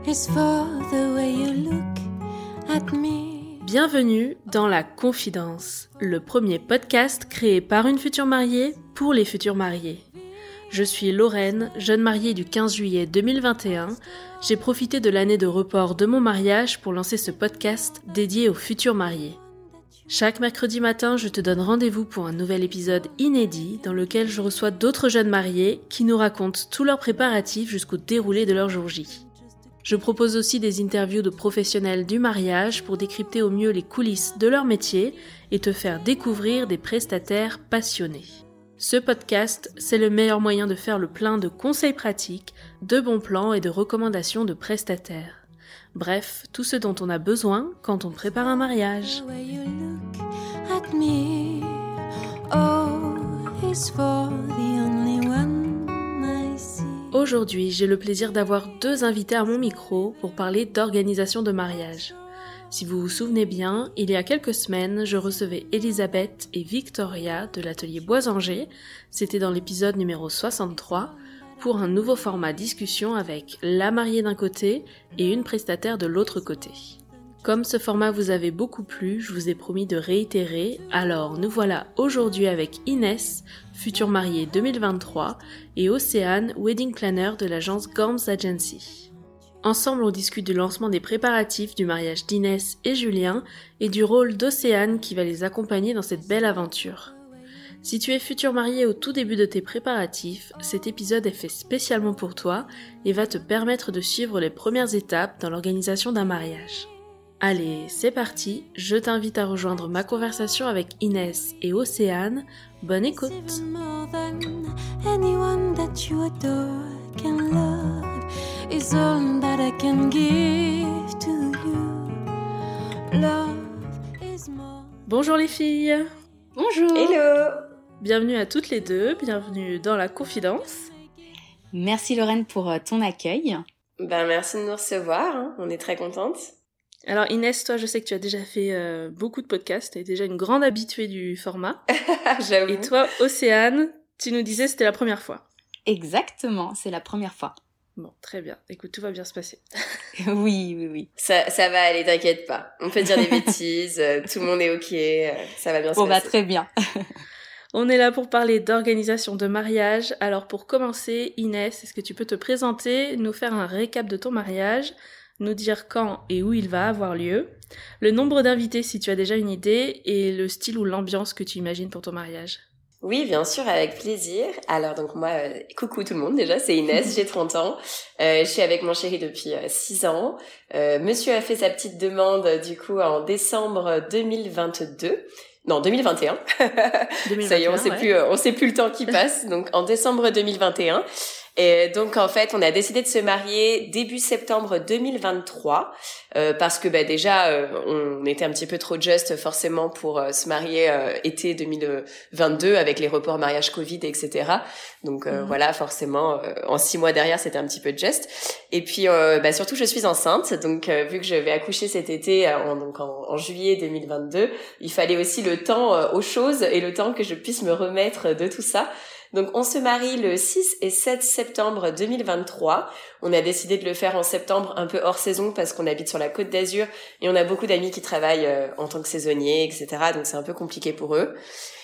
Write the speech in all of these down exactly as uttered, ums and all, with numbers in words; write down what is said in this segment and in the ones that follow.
is for the way you look at me. Bienvenue dans La Confidence, le premier podcast créé par une future mariée pour les futurs mariés. Je suis Lorraine, jeune mariée du quinze juillet deux mille vingt et un. J'ai profité de l'année de report de mon mariage pour lancer ce podcast dédié aux futurs mariés. Chaque mercredi matin, je te donne rendez-vous pour un nouvel épisode inédit dans lequel je reçois d'autres jeunes mariés qui nous racontent tous leurs préparatifs jusqu'au déroulé de leur jour J. Je propose aussi des interviews de professionnels du mariage pour décrypter au mieux les coulisses de leur métier et te faire découvrir des prestataires passionnés. Ce podcast, c'est le meilleur moyen de faire le plein de conseils pratiques, de bons plans et de recommandations de prestataires. Bref, tout ce dont on a besoin quand on prépare un mariage. Aujourd'hui, j'ai le plaisir d'avoir deux invités à mon micro pour parler d'organisation de mariage. Si vous vous souvenez bien, il y a quelques semaines, je recevais Elisabeth et Victoria de l'atelier Boisanger, c'était dans l'épisode numéro soixante-trois, pour un nouveau format discussion avec la mariée d'un côté et une prestataire de l'autre côté. Comme ce format vous avait beaucoup plu, je vous ai promis de réitérer, alors nous voilà aujourd'hui avec Inès, future mariée deux mille vingt-trois, et Océane, wedding planner de l'agence Gorms Agency. Ensemble, on discute du lancement des préparatifs du mariage d'Inès et Julien et du rôle d'Océane qui va les accompagner dans cette belle aventure. Si tu es futur marié au tout début de tes préparatifs, cet épisode est fait spécialement pour toi et va te permettre de suivre les premières étapes dans l'organisation d'un mariage. Allez, c'est parti, je t'invite à rejoindre ma conversation avec Inès et Océane. Bonne écoute! Is all that I can give to you. Love is more. Bonjour les filles. Bonjour. Hello. Bienvenue à toutes les deux, bienvenue dans La Confidence. Merci Lorraine pour ton accueil. Ben merci de nous recevoir, hein. On est très contente. Alors Inès, toi je sais que tu as déjà fait euh, beaucoup de podcasts, tu es déjà une grande habituée du format. J'avoue. Et toi Océane, tu nous disais c'était la première fois. Exactement, c'est la première fois. Bon, très bien. Écoute, tout va bien se passer. Oui, oui, oui. Ça, ça va aller, t'inquiète pas. On peut dire des bêtises, euh, tout le monde est ok, euh, ça va bien bon, se passer. Bon bah très bien. On est là pour parler d'organisation de mariage. Alors pour commencer, Inès, est-ce que tu peux te présenter, nous faire un récap de ton mariage, nous dire quand et où il va avoir lieu, le nombre d'invités si tu as déjà une idée, et le style ou l'ambiance que tu imagines pour ton mariage? Oui, bien sûr, avec plaisir. Alors donc moi, euh, coucou tout le monde déjà, c'est Inès, j'ai trente ans, euh, je suis avec mon chéri depuis euh, six ans. Euh, monsieur a fait sa petite demande du coup en décembre deux mille vingt-deux. Non, deux mille vingt et un. deux mille vingt et un. Ça y est, on sait ouais. plus, euh, on sait plus le temps qui passe. Donc en décembre deux mille vingt et un. Et donc en fait, on a décidé de se marier début septembre deux mille vingt-trois euh, parce que bah déjà euh, on était un petit peu trop juste forcément pour euh, se marier euh, été deux mille vingt-deux avec les reports mariage Covid et cetera. Donc euh, mmh. voilà, forcément euh, en six mois derrière c'était un petit peu juste. Et puis euh, bah surtout je suis enceinte, donc euh, vu que je vais accoucher cet été euh, en, donc en, en juillet deux mille vingt-deux, il fallait aussi le temps euh, aux choses et le temps que je puisse me remettre de tout ça. Donc on se marie le six et sept septembre deux mille vingt-trois. On a décidé de le faire en septembre, un peu hors saison parce qu'on habite sur la Côte d'Azur et on a beaucoup d'amis qui travaillent euh, en tant que saisonniers, et cetera. Donc c'est un peu compliqué pour eux.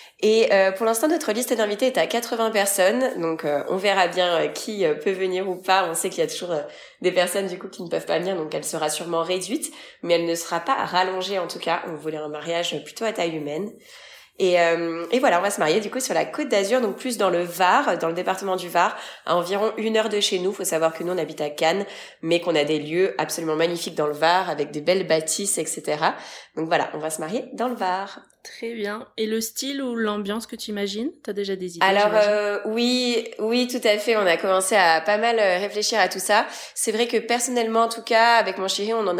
Et euh, pour l'instant, notre liste d'invités est à quatre-vingts personnes. Donc euh, on verra bien euh, qui euh, peut venir ou pas. On sait qu'il y a toujours euh, des personnes du coup qui ne peuvent pas venir, donc elle sera sûrement réduite, mais elle ne sera pas rallongée en tout cas. On voulait un mariage plutôt à taille humaine. Et, euh, et voilà, on va se marier du coup sur la Côte d'Azur, donc plus dans le Var, dans le département du Var, à environ une heure de chez nous. Faut savoir que nous on habite à Cannes, mais qu'on a des lieux absolument magnifiques dans le Var, avec des belles bâtisses, et cetera. Donc voilà, on va se marier dans le Var. Très bien. Et le style ou l'ambiance que tu imagines? T'as déjà des idées? Alors euh, oui, oui, tout à fait. On a commencé à pas mal réfléchir à tout ça. C'est vrai que personnellement, en tout cas, avec mon chéri, on en a un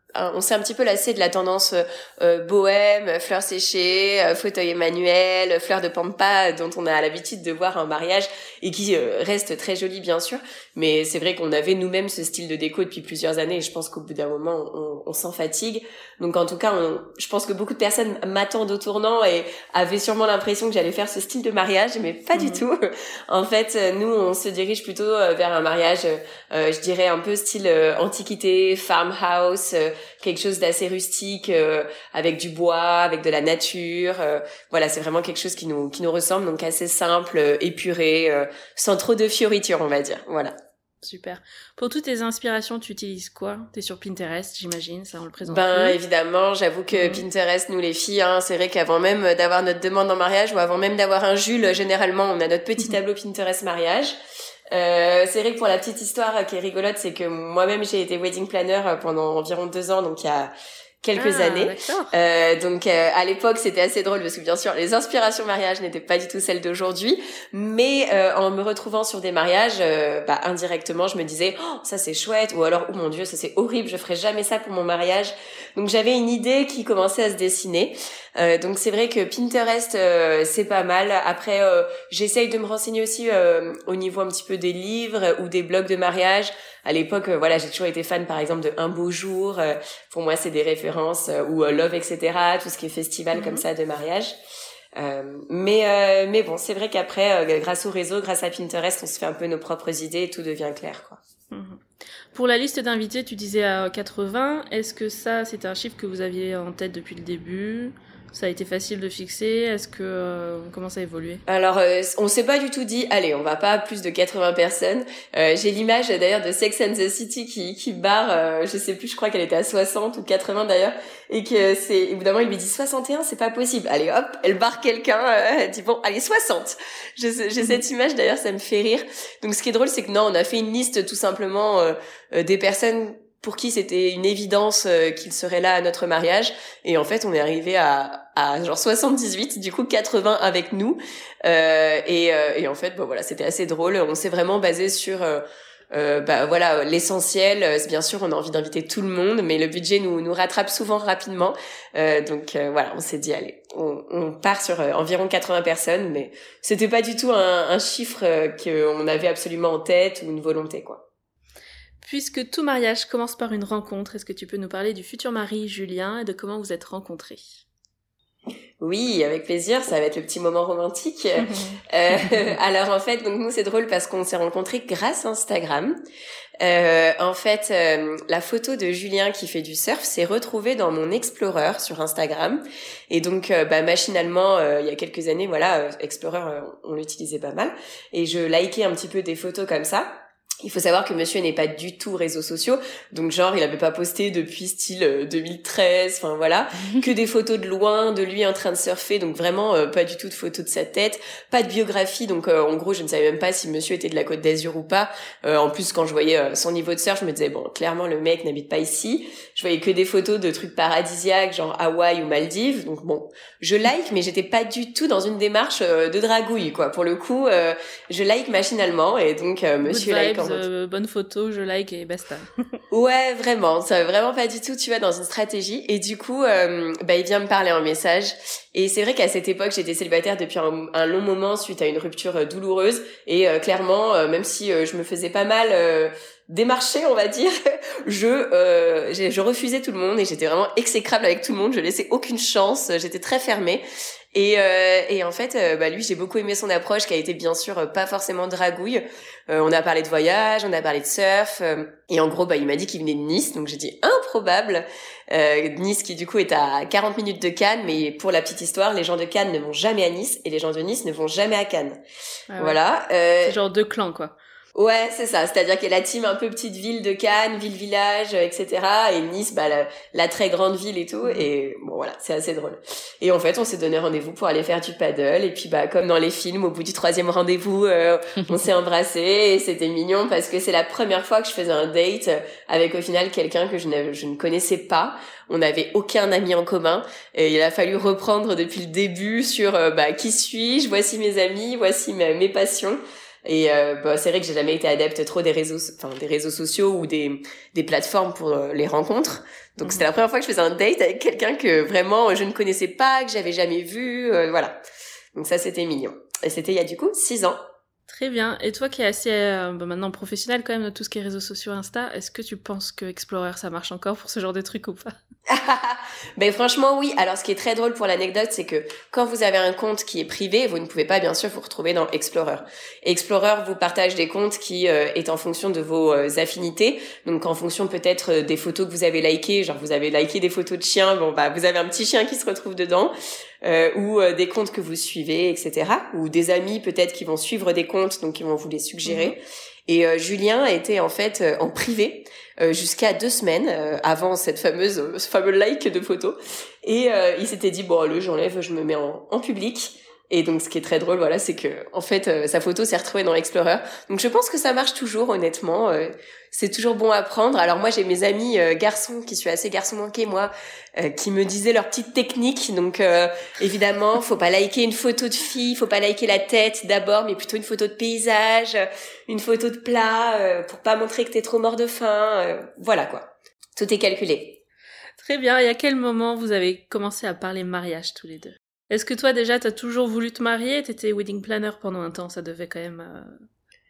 on s'est un petit peu lassé de la tendance euh, bohème, fleurs séchées, euh, fauteuil manuel, fleurs de pampa dont on a l'habitude de voir en mariage et qui euh, reste très joli bien sûr, mais c'est vrai qu'on avait nous-mêmes ce style de déco depuis plusieurs années et je pense qu'au bout d'un moment on, on s'en fatigue. Donc en tout cas, on, je pense que beaucoup de personnes m'attendent au tournant et avaient sûrement l'impression que j'allais faire ce style de mariage, mais pas mmh. du tout. En fait, nous on se dirige plutôt vers un mariage, euh, je dirais un peu style euh, antiquité, farmhouse, euh, quelque chose d'assez rustique, euh, avec du bois, avec de la nature. Euh, voilà, c'est vraiment quelque chose qui nous qui nous ressemble, donc assez simple, euh, épuré, euh, sans trop de fioritures, on va dire. Voilà. Super. Pour toutes tes inspirations, tu utilises quoi? T'es sur Pinterest, j'imagine, ça on le présente. Ben plus. évidemment, j'avoue que mmh. Pinterest, nous les filles, hein, c'est vrai qu'avant même d'avoir notre demande en mariage ou avant même d'avoir un Jules, généralement, on a notre petit tableau Pinterest mariage. Euh, c'est vrai que pour la petite histoire qui est rigolote, c'est que moi-même j'ai été wedding planner pendant environ deux ans, donc il y a quelques ah, années. Euh, donc euh, à l'époque c'était assez drôle parce que bien sûr les inspirations mariage n'étaient pas du tout celles d'aujourd'hui, mais euh, en me retrouvant sur des mariages, euh, bah indirectement je me disais oh ça c'est chouette, ou alors oh mon dieu ça c'est horrible, je ferai jamais ça pour mon mariage. Donc j'avais une idée qui commençait à se dessiner. Euh, donc c'est vrai que Pinterest euh, c'est pas mal. Après euh, j'essaye de me renseigner aussi euh, au niveau un petit peu des livres ou des blogs de mariage. À l'époque, euh, voilà, j'ai toujours été fan, par exemple, de Un beau jour. Euh, pour moi, c'est des références euh, ou euh, Love, et cetera. Tout ce qui est festival mm-hmm. comme ça de mariage. Euh, mais euh, mais bon, c'est vrai qu'après, euh, grâce au réseau, grâce à Pinterest, on se fait un peu nos propres idées et tout devient clair, quoi. Mm-hmm. Pour la liste d'invités, tu disais à quatre-vingts. Est-ce que ça, c'était un chiffre que vous aviez en tête depuis le début ? Ça a été facile de fixer. Est-ce que euh, comment ça a évolué? Alors, euh, on s'est pas du tout dit, allez, on va pas à plus de quatre-vingts personnes. Euh, j'ai l'image d'ailleurs de Sex and the City qui qui barre, euh, je sais plus, je crois qu'elle était à soixante ou quatre-vingts d'ailleurs, et que c'est évidemment il lui dit soixante et un, c'est pas possible. Allez hop, elle barre quelqu'un, euh, elle dit bon, allez soixante. J'ai, j'ai cette image d'ailleurs, ça me fait rire. Donc ce qui est drôle, c'est que non, on a fait une liste tout simplement euh, euh, des personnes pour qui c'était une évidence euh, qu'il serait là à notre mariage, et en fait on est arrivé à à genre soixante-dix-huit, du coup quatre-vingts avec nous, euh, et euh, et en fait bah voilà, c'était assez drôle. On s'est vraiment basé sur euh, euh, bah voilà l'essentiel. C'est bien sûr on a envie d'inviter tout le monde, mais le budget nous nous rattrape souvent rapidement, euh, donc euh, voilà, on s'est dit allez, on, on part sur euh, environ quatre-vingts personnes, mais c'était pas du tout un, un chiffre euh, qu'on avait absolument en tête ou une volonté, quoi. Puisque tout mariage commence par une rencontre, est-ce que tu peux nous parler du futur mari Julien et de comment vous êtes rencontrés? Oui, avec plaisir, ça va être le petit moment romantique. euh, alors en fait, donc nous c'est drôle parce qu'on s'est rencontrés grâce à Instagram. Euh, en fait, euh, la photo de Julien qui fait du surf s'est retrouvée dans mon Explorer sur Instagram, et donc euh, bah machinalement, euh, il y a quelques années, voilà, euh, Explorer, euh, on l'utilisait pas mal, et je likais un petit peu des photos comme ça. Il faut savoir que monsieur n'est pas du tout réseaux sociaux, donc genre il avait pas posté depuis style deux mille treize, enfin voilà, que des photos de loin de lui en train de surfer, donc vraiment euh, pas du tout de photos de sa tête, pas de biographie, donc euh, en gros je ne savais même pas si monsieur était de la Côte d'Azur ou pas. Euh, en plus quand je voyais euh, son niveau de surf, je me disais bon clairement le mec n'habite pas ici. Je voyais que des photos de trucs paradisiaques genre Hawaï ou Maldives, donc bon je like, mais j'étais pas du tout dans une démarche euh, de dragouille quoi. Pour le coup euh, je like machinalement, et donc euh, monsieur like en Euh, bonne photo, je like et basta. Ouais, vraiment, ça vraiment pas du tout, tu vois, dans une stratégie. Et du coup, euh, bah il vient me parler en message. Et c'est vrai qu'à cette époque, j'étais célibataire depuis un, un long moment suite à une rupture euh, douloureuse. Et euh, clairement, euh, même si euh, je me faisais pas mal euh, démarcher, on va dire, je euh, je refusais tout le monde et j'étais vraiment exécrable avec tout le monde. Je laissais aucune chance. J'étais très fermée. Et, euh, et en fait, euh, bah lui, j'ai beaucoup aimé son approche, qui a été bien sûr euh, pas forcément dragouille. Euh, on a parlé de voyage, on a parlé de surf, euh, et en gros, bah il m'a dit qu'il venait de Nice, donc j'ai dit improbable. Euh, Nice qui du coup est à quarante minutes de Cannes, mais pour la petite histoire, les gens de Cannes ne vont jamais à Nice et les gens de Nice ne vont jamais à Cannes. Ah ouais. Voilà. Euh, c'est genre deux clans quoi. Ouais, c'est ça. C'est-à-dire qu'il y a la team un peu petite ville de Cannes, ville-village, et cetera. Et Nice, bah la, la très grande ville et tout. Et bon, voilà, c'est assez drôle. Et en fait, on s'est donné rendez-vous pour aller faire du paddle. Et puis, bah comme dans les films, au bout du troisième rendez-vous, euh, on s'est embrassés. Et c'était mignon parce que c'est la première fois que je faisais un date avec au final quelqu'un que je ne, je ne connaissais pas. On n'avait aucun ami en commun. Et il a fallu reprendre depuis le début sur euh, bah qui suis-je, voici mes amis, voici mes, mes passions. Et euh, bah, c'est vrai que j'ai jamais été adepte trop des réseaux, enfin des réseaux sociaux ou des des plateformes pour euh, les rencontres. Donc mmh. c'était la première fois que je faisais un date avec quelqu'un que vraiment je ne connaissais pas, que j'avais jamais vu, euh, voilà. Donc ça c'était mignon. Et c'était il y a du coup six ans. Très bien. Et toi qui es assez euh, bah maintenant professionnel quand même de tout ce qui est réseaux sociaux, Insta, est-ce que tu penses que Explorer ça marche encore pour ce genre de trucs ou pas? Ben franchement oui. Alors ce qui est très drôle pour l'anecdote, c'est que quand vous avez un compte qui est privé, vous ne pouvez pas bien sûr vous retrouver dans Explorer. Explorer vous partage des comptes qui euh, est en fonction de vos euh, affinités. Donc en fonction peut-être euh, des photos que vous avez likées, genre vous avez liké des photos de chiens, bon bah vous avez un petit chien qui se retrouve dedans. Euh, ou euh, des comptes que vous suivez, et cetera. Ou des amis peut-être qui vont suivre des comptes, donc qui vont vous les suggérer. Mmh. Et euh, Julien était en fait euh, en privé euh, jusqu'à deux semaines euh, avant cette fameuse, euh, ce fameux like de photos. Et euh, il s'était dit bon allez, j'enlève, je me mets en, en public. Et donc ce qui est très drôle, voilà, c'est que en fait euh, sa photo s'est retrouvée dans Explorer. Donc je pense que ça marche toujours, honnêtement. Euh, c'est toujours bon à prendre. Alors moi j'ai mes amis euh, garçons qui suis assez garçon manqué moi, euh, qui me disaient leurs petites techniques. Donc euh, évidemment, faut pas liker une photo de fille, faut pas liker la tête d'abord, mais plutôt une photo de paysage, une photo de plat, euh, pour pas montrer que t'es trop mort de faim. Euh, voilà quoi. Tout est calculé. Très bien. Et à quel moment vous avez commencé à parler mariage tous les deux? Est-ce que toi, déjà, t'as toujours voulu te marier? T'étais wedding planner pendant un temps, ça devait quand même... Euh...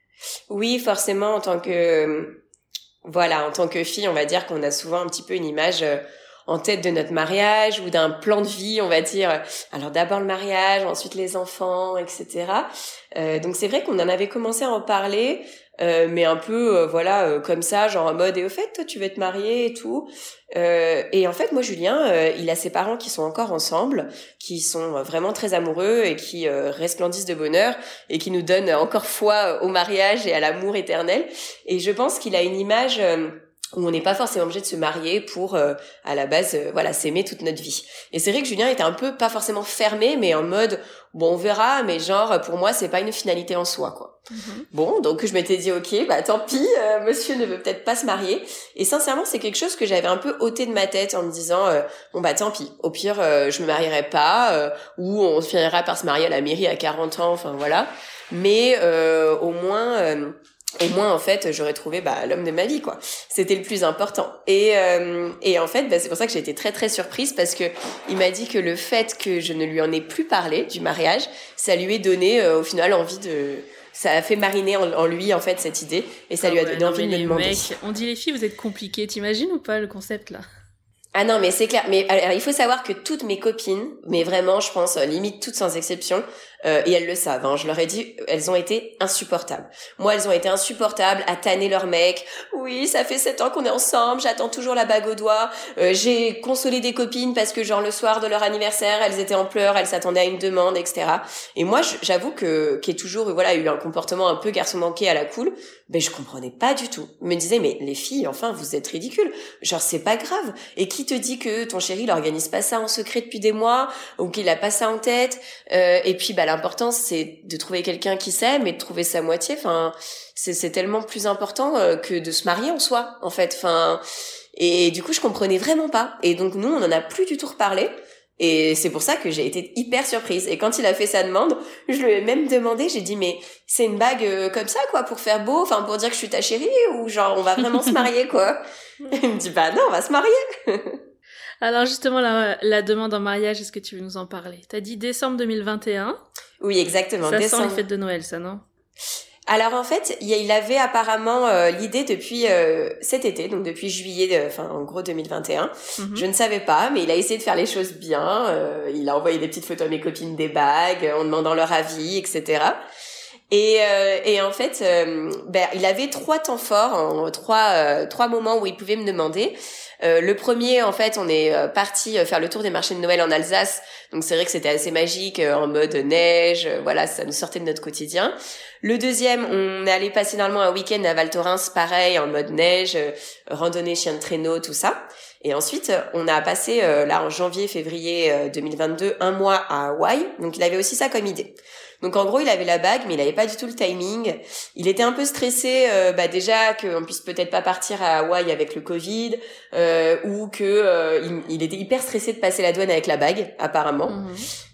Oui, forcément, en tant que... Voilà, en tant que fille, on va dire qu'on a souvent un petit peu une image en tête de notre mariage ou d'un plan de vie, on va dire. Alors d'abord le mariage, ensuite les enfants, et cetera. Euh, donc c'est vrai qu'on en avait commencé à en parler, euh, mais un peu, euh, voilà, euh, comme ça, genre en mode, et au fait, toi, tu veux te marier et tout. Euh, et en fait, moi, Julien, euh, il a ses parents qui sont encore ensemble, qui sont vraiment très amoureux et qui euh, resplendissent de bonheur et qui nous donnent encore foi au mariage et à l'amour éternel. Et je pense qu'il a une image... Euh, où on n'est pas forcément obligé de se marier pour, euh, à la base, euh, voilà, s'aimer toute notre vie. Et c'est vrai que Julien était un peu, pas forcément fermé, mais en mode, bon, on verra, mais genre, pour moi, c'est pas une finalité en soi, quoi. Mm-hmm. Bon, donc je m'étais dit, ok, bah tant pis, euh, monsieur ne veut peut-être pas se marier. Et sincèrement, c'est quelque chose que j'avais un peu ôté de ma tête en me disant, euh, bon bah tant pis, au pire, euh, je me marierai pas, euh, ou on finira par se marier à la mairie à quarante ans, enfin voilà. Mais euh, au moins... Euh, Au moins, en fait, j'aurais trouvé bah, l'homme de ma vie, quoi. C'était le plus important. Et, euh, et en fait, bah, c'est pour ça que j'ai été très, très surprise parce que il m'a dit que le fait que je ne lui en ai plus parlé du mariage, ça lui a donné, euh, au final, envie de... Ça a fait mariner en, en lui, en fait, cette idée. Et ça oh lui a ouais, donné non, envie de me les demander. Mecs, on dit les filles, vous êtes compliquées. T'imagines ou pas le concept, là? Ah non, mais c'est clair. Mais alors, il faut savoir que toutes mes copines, mais vraiment, je pense, limite toutes sans exception, euh, et elles le savent, hein, je leur ai dit, elles ont été insupportables. Moi, elles ont été insupportables à tanner leur mec. Oui, ça fait sept ans qu'on est ensemble, j'attends toujours la bague au doigt. Euh, j'ai consolé des copines parce que genre le soir de leur anniversaire, elles étaient en pleurs, elles s'attendaient à une demande, et cetera. Et moi, j'avoue que qui est toujours, voilà, eu un comportement un peu garçon manqué à la cool, ben je comprenais pas du tout. Je me disais, mais les filles, enfin, vous êtes ridicules. Genre, c'est pas grave. Et qui te dit que ton chéri, il organise pas ça en secret depuis des mois, ou qu'il a pas ça en tête? euh, Et puis, bah, l'important, c'est de trouver quelqu'un qui s'aime et de trouver sa moitié. Enfin, c'est, c'est tellement plus important euh, que de se marier en soi, en fait. Enfin, et du coup, je comprenais vraiment pas. Et donc, nous, on en a plus du tout reparlé. Et c'est pour ça que j'ai été hyper surprise. Et quand il a fait sa demande, je lui ai même demandé, j'ai dit, mais c'est une bague euh, comme ça, quoi, pour faire beau, enfin, pour dire que je suis ta chérie, ou genre, on va vraiment se marier, quoi. Il me dit, bah non, on va se marier. Alors justement, la, la demande en mariage, est-ce que tu veux nous en parler? T'as dit décembre deux mille vingt et un. Oui, exactement. Ça décembre. sent les fêtes de Noël, ça, non? Alors en fait, il avait apparemment euh, l'idée depuis euh, cet été, donc depuis juillet, enfin en gros deux mille vingt et un. Mm-hmm. Je ne savais pas, mais il a essayé de faire les choses bien. Euh, il a envoyé des petites photos à mes copines des bagues, en demandant leur avis, et cetera. Et, euh, et en fait, euh, ben, il avait trois temps forts, en, trois, euh, trois moments où il pouvait me demander. Euh, le premier, en fait, on est euh, parti faire le tour des marchés de Noël en Alsace. Donc c'est vrai que c'était assez magique, euh, en mode neige, euh, voilà, ça nous sortait de notre quotidien. Le deuxième, on est allé passer normalement un week-end à Val Thorens, pareil, en mode neige, euh, randonnée, chien de traîneau, tout ça. Et ensuite, on a passé, euh, là, en janvier, février euh, deux mille vingt-deux, un mois à Hawaï. Donc il avait aussi ça comme idée. Donc en gros, il avait la bague, mais il avait pas du tout le timing. Il était un peu stressé, euh, bah déjà qu'on puisse peut-être pas partir à Hawaï avec le Covid, euh, ou que euh, il, il était hyper stressé de passer la douane avec la bague, apparemment. Mmh.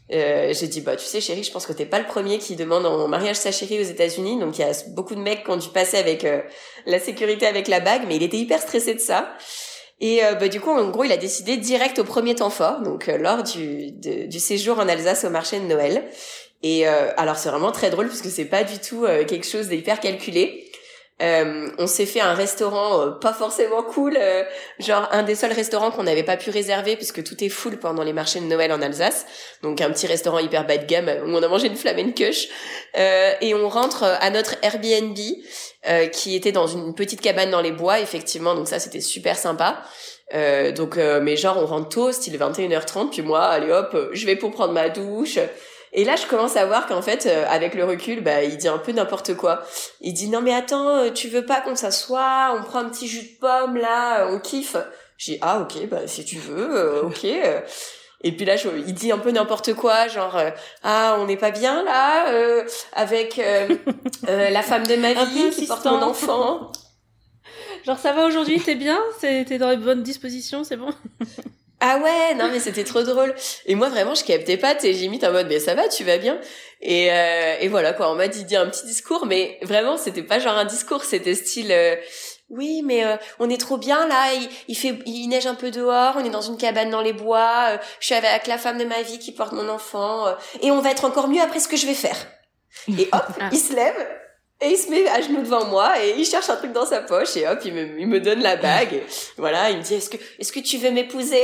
Euh, j'ai dit bah tu sais chérie, je pense que t'es pas le premier qui demande en mariage sa chérie aux États-Unis, donc il y a beaucoup de mecs qui ont dû passer avec euh, la sécurité avec la bague, mais il était hyper stressé de ça. Et euh, bah du coup en gros il a décidé direct au premier temps fort, donc euh, lors du de, du séjour en Alsace au marché de Noël. Et euh, alors c'est vraiment très drôle parce que c'est pas du tout euh, quelque chose d'hyper calculé. Euh, on s'est fait un restaurant euh, pas forcément cool, euh, genre un des seuls restaurants qu'on n'avait pas pu réserver puisque tout est full pendant les marchés de Noël en Alsace, donc un petit restaurant hyper bas de gamme où on a mangé une flamencuche, euh, et on rentre à notre Airbnb euh, qui était dans une petite cabane dans les bois effectivement, donc ça c'était super sympa. Euh, donc euh, mais genre on rentre tôt, style vingt et une heures trente, puis moi allez hop, je vais pour prendre ma douche. Et là, je commence à voir qu'en fait, euh, avec le recul, bah, il dit un peu n'importe quoi. Il dit, non mais attends, tu veux pas qu'on s'assoie, on prend un petit jus de pomme, là, on kiffe. Je dis, ah ok, bah si tu veux, euh, ok. Et puis là, je, il dit un peu n'importe quoi, genre, euh, ah, on n'est pas bien là, euh, avec euh, euh, la femme de ma vie qui porte mon enfant. Genre, ça va aujourd'hui, t'es bien? T'es dans les bonnes dispositions, c'est bon? Ah ouais, non mais c'était trop drôle. Et moi vraiment je captais pas, tu sais, j'imite en mode mais ça va, tu vas bien. Et euh, et voilà quoi, en mode il dit un petit discours, mais vraiment c'était pas genre un discours, c'était style euh, oui mais euh, on est trop bien là, il, il fait il neige un peu dehors, on est dans une cabane dans les bois, euh, je suis avec la femme de ma vie qui porte mon enfant, euh, et on va être encore mieux après ce que je vais faire. Et hop, ah. il se lève. Et il se met à genoux devant moi et il cherche un truc dans sa poche et hop, il me, il me donne la bague. Et voilà, il me dit, est-ce que, est-ce que tu veux m'épouser?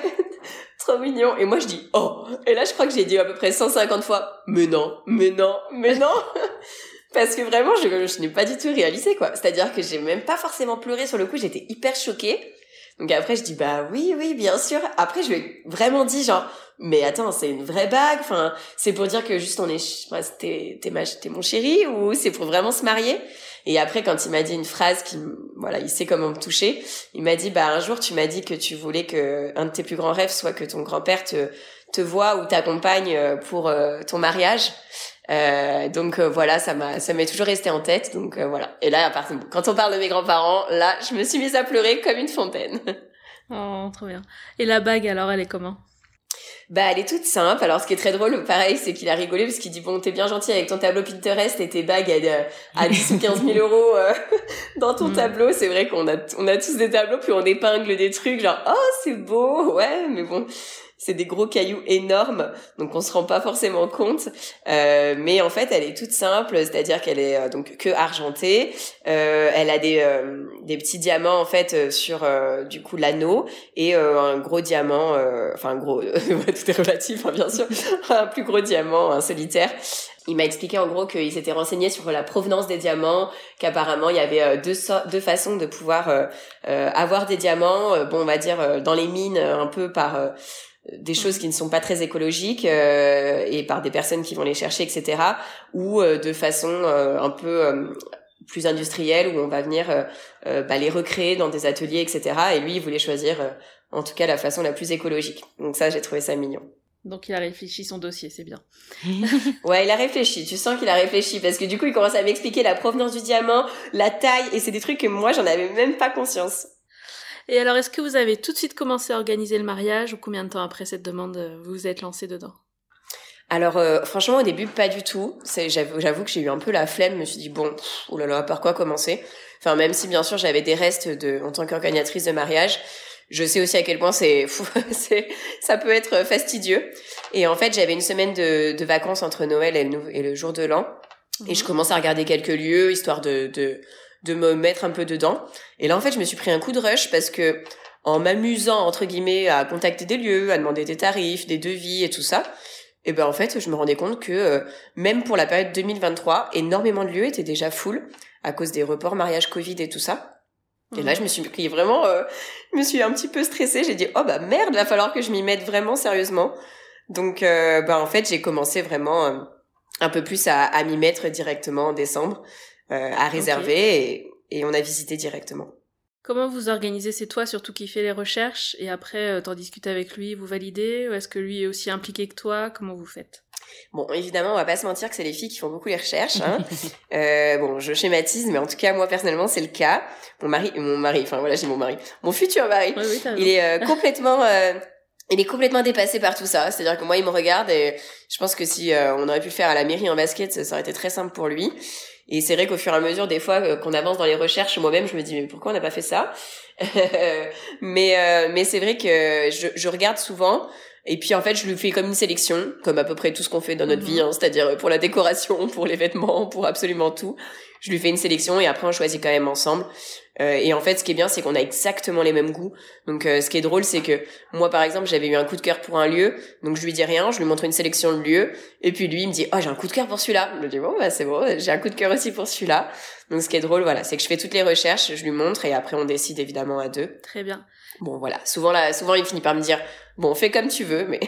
Trop mignon. Et moi, je dis, oh. Et là, je crois que j'ai dit à peu près cent cinquante fois, mais non, mais non, mais non. Parce que vraiment, je, je n'ai pas du tout réalisé, quoi. C'est-à-dire que j'ai même pas forcément pleuré sur le coup, j'étais hyper choquée. Donc après, je dis, bah oui, oui, bien sûr. Après, je lui ai vraiment dit, genre, mais attends, c'est une vraie bague, enfin, c'est pour dire que juste on est, enfin, t'es, t'es, ma, t'es mon chéri, ou c'est pour vraiment se marier? Et après, quand il m'a dit une phrase qui, voilà, il sait comment me toucher, il m'a dit, bah, un jour, tu m'as dit que tu voulais que un de tes plus grands rêves soit que ton grand-père te, te voie ou t'accompagne pour euh, ton mariage. Euh, donc euh, voilà, ça m'a, ça m'est toujours resté en tête. Donc euh, voilà. Et là, à part, quand on parle de mes grands-parents, là, je me suis mise à pleurer comme une fontaine. Oh, trop bien. Et la bague, alors, elle est comment? Bah, elle est toute simple. Alors, ce qui est très drôle, pareil, c'est qu'il a rigolé parce qu'il dit, bon, t'es bien gentil avec ton tableau Pinterest et tes bagues à, à dix ou quinze mille euros euh, dans ton mmh. tableau. C'est vrai qu'on a, on a tous des tableaux, puis on épingle des trucs genre, oh, c'est beau, ouais, mais bon, c'est des gros cailloux énormes, donc on se rend pas forcément compte. Euh, mais en fait, elle est toute simple, c'est-à-dire qu'elle est euh, donc que argentée. Euh, elle a des euh, des petits diamants en fait sur euh, du coup l'anneau et euh, un gros diamant, euh, enfin un gros, tout est relatif hein, bien sûr, un plus gros diamant, un solitaire. Il m'a expliqué en gros qu'il s'était renseigné sur la provenance des diamants, qu'apparemment il y avait euh, deux so- deux façons de pouvoir euh, euh, avoir des diamants. Euh, bon, on va dire euh, dans les mines, un peu par euh, des choses qui ne sont pas très écologiques euh, et par des personnes qui vont les chercher, et cetera. Ou euh, de façon euh, un peu euh, plus industrielle où on va venir euh, euh, bah, les recréer dans des ateliers, et cetera. Et lui, il voulait choisir euh, en tout cas la façon la plus écologique. Donc ça, j'ai trouvé ça mignon. Donc il a réfléchi son dossier, c'est bien. Ouais, il a réfléchi. Tu sens qu'il a réfléchi parce que du coup, il commence à m'expliquer la provenance du diamant, la taille, et c'est des trucs que moi, j'en avais même pas conscience. Et alors, est-ce que vous avez tout de suite commencé à organiser le mariage ou combien de temps après cette demande vous vous êtes lancé dedans? Alors euh, franchement au début pas du tout. C'est, j'avoue, j'avoue que j'ai eu un peu la flemme. Je me suis dit bon, pff, oh là là, par quoi commencer? Enfin même si bien sûr j'avais des restes de en tant qu'organisatrice de mariage, je sais aussi à quel point c'est, fou, c'est ça peut être fastidieux. Et en fait j'avais une semaine de, de vacances entre Noël et le, et le jour de l'an, mmh. et je commence à regarder quelques lieux histoire de de de me mettre un peu dedans. Et là en fait je me suis pris un coup de rush parce que en m'amusant entre guillemets à contacter des lieux, à demander des tarifs, des devis et tout ça. Et ben en fait, je me rendais compte que euh, même pour la période deux mille vingt-trois, énormément de lieux étaient déjà full à cause des reports mariage Covid et tout ça. Mmh. Et là, je me suis pris vraiment, euh, je me suis un petit peu stressée. J'ai dit oh bah merde, va falloir que je m'y mette vraiment sérieusement. Donc euh, bah en fait, j'ai commencé vraiment euh, un peu plus à, à m'y mettre directement en décembre, euh, à réserver okay. et, et on a visité directement. Comment vous organisez? C'est toi surtout qui fais les recherches et après euh, t'en discutes avec lui, vous validez? Ou est-ce que lui est aussi impliqué que toi? Comment vous faites? Bon, évidemment, on va pas se mentir que c'est les filles qui font beaucoup les recherches. Hein. euh, bon, je schématise, mais en tout cas, moi personnellement, c'est le cas. Mon mari, mon mari, enfin voilà, j'ai mon mari, mon futur mari, oui, oui, il est euh, complètement euh, il est complètement dépassé par tout ça. C'est-à-dire que moi, il me regarde et je pense que si euh, on aurait pu le faire à la mairie en basket, ça, ça aurait été très simple pour lui. Et c'est vrai qu'au fur et à mesure, des fois, euh, qu'on avance dans les recherches, moi-même, je me dis, mais pourquoi on n'a pas fait ça? mais euh, mais c'est vrai que je, je regarde souvent. Et puis en fait, je lui fais comme une sélection, comme à peu près tout ce qu'on fait dans notre mmh. vie, hein, c'est-à-dire pour la décoration, pour les vêtements, pour absolument tout. Je lui fais une sélection et après on choisit quand même ensemble. Euh, et en fait, ce qui est bien, c'est qu'on a exactement les mêmes goûts. Donc euh, ce qui est drôle, c'est que moi, par exemple, j'avais eu un coup de cœur pour un lieu, donc je lui dis rien, je lui montre une sélection de lieux, et puis lui, il me dit « Oh, j'ai un coup de cœur pour celui-là !» Je lui dis « Bon, bah c'est bon, j'ai un coup de cœur aussi pour celui-là. » Donc ce qui est drôle, voilà, c'est que je fais toutes les recherches, je lui montre, et après on décide évidemment à deux. Très bien. Bon, voilà, souvent, là, souvent il finit par me dire « Bon, fais comme tu veux, mais... »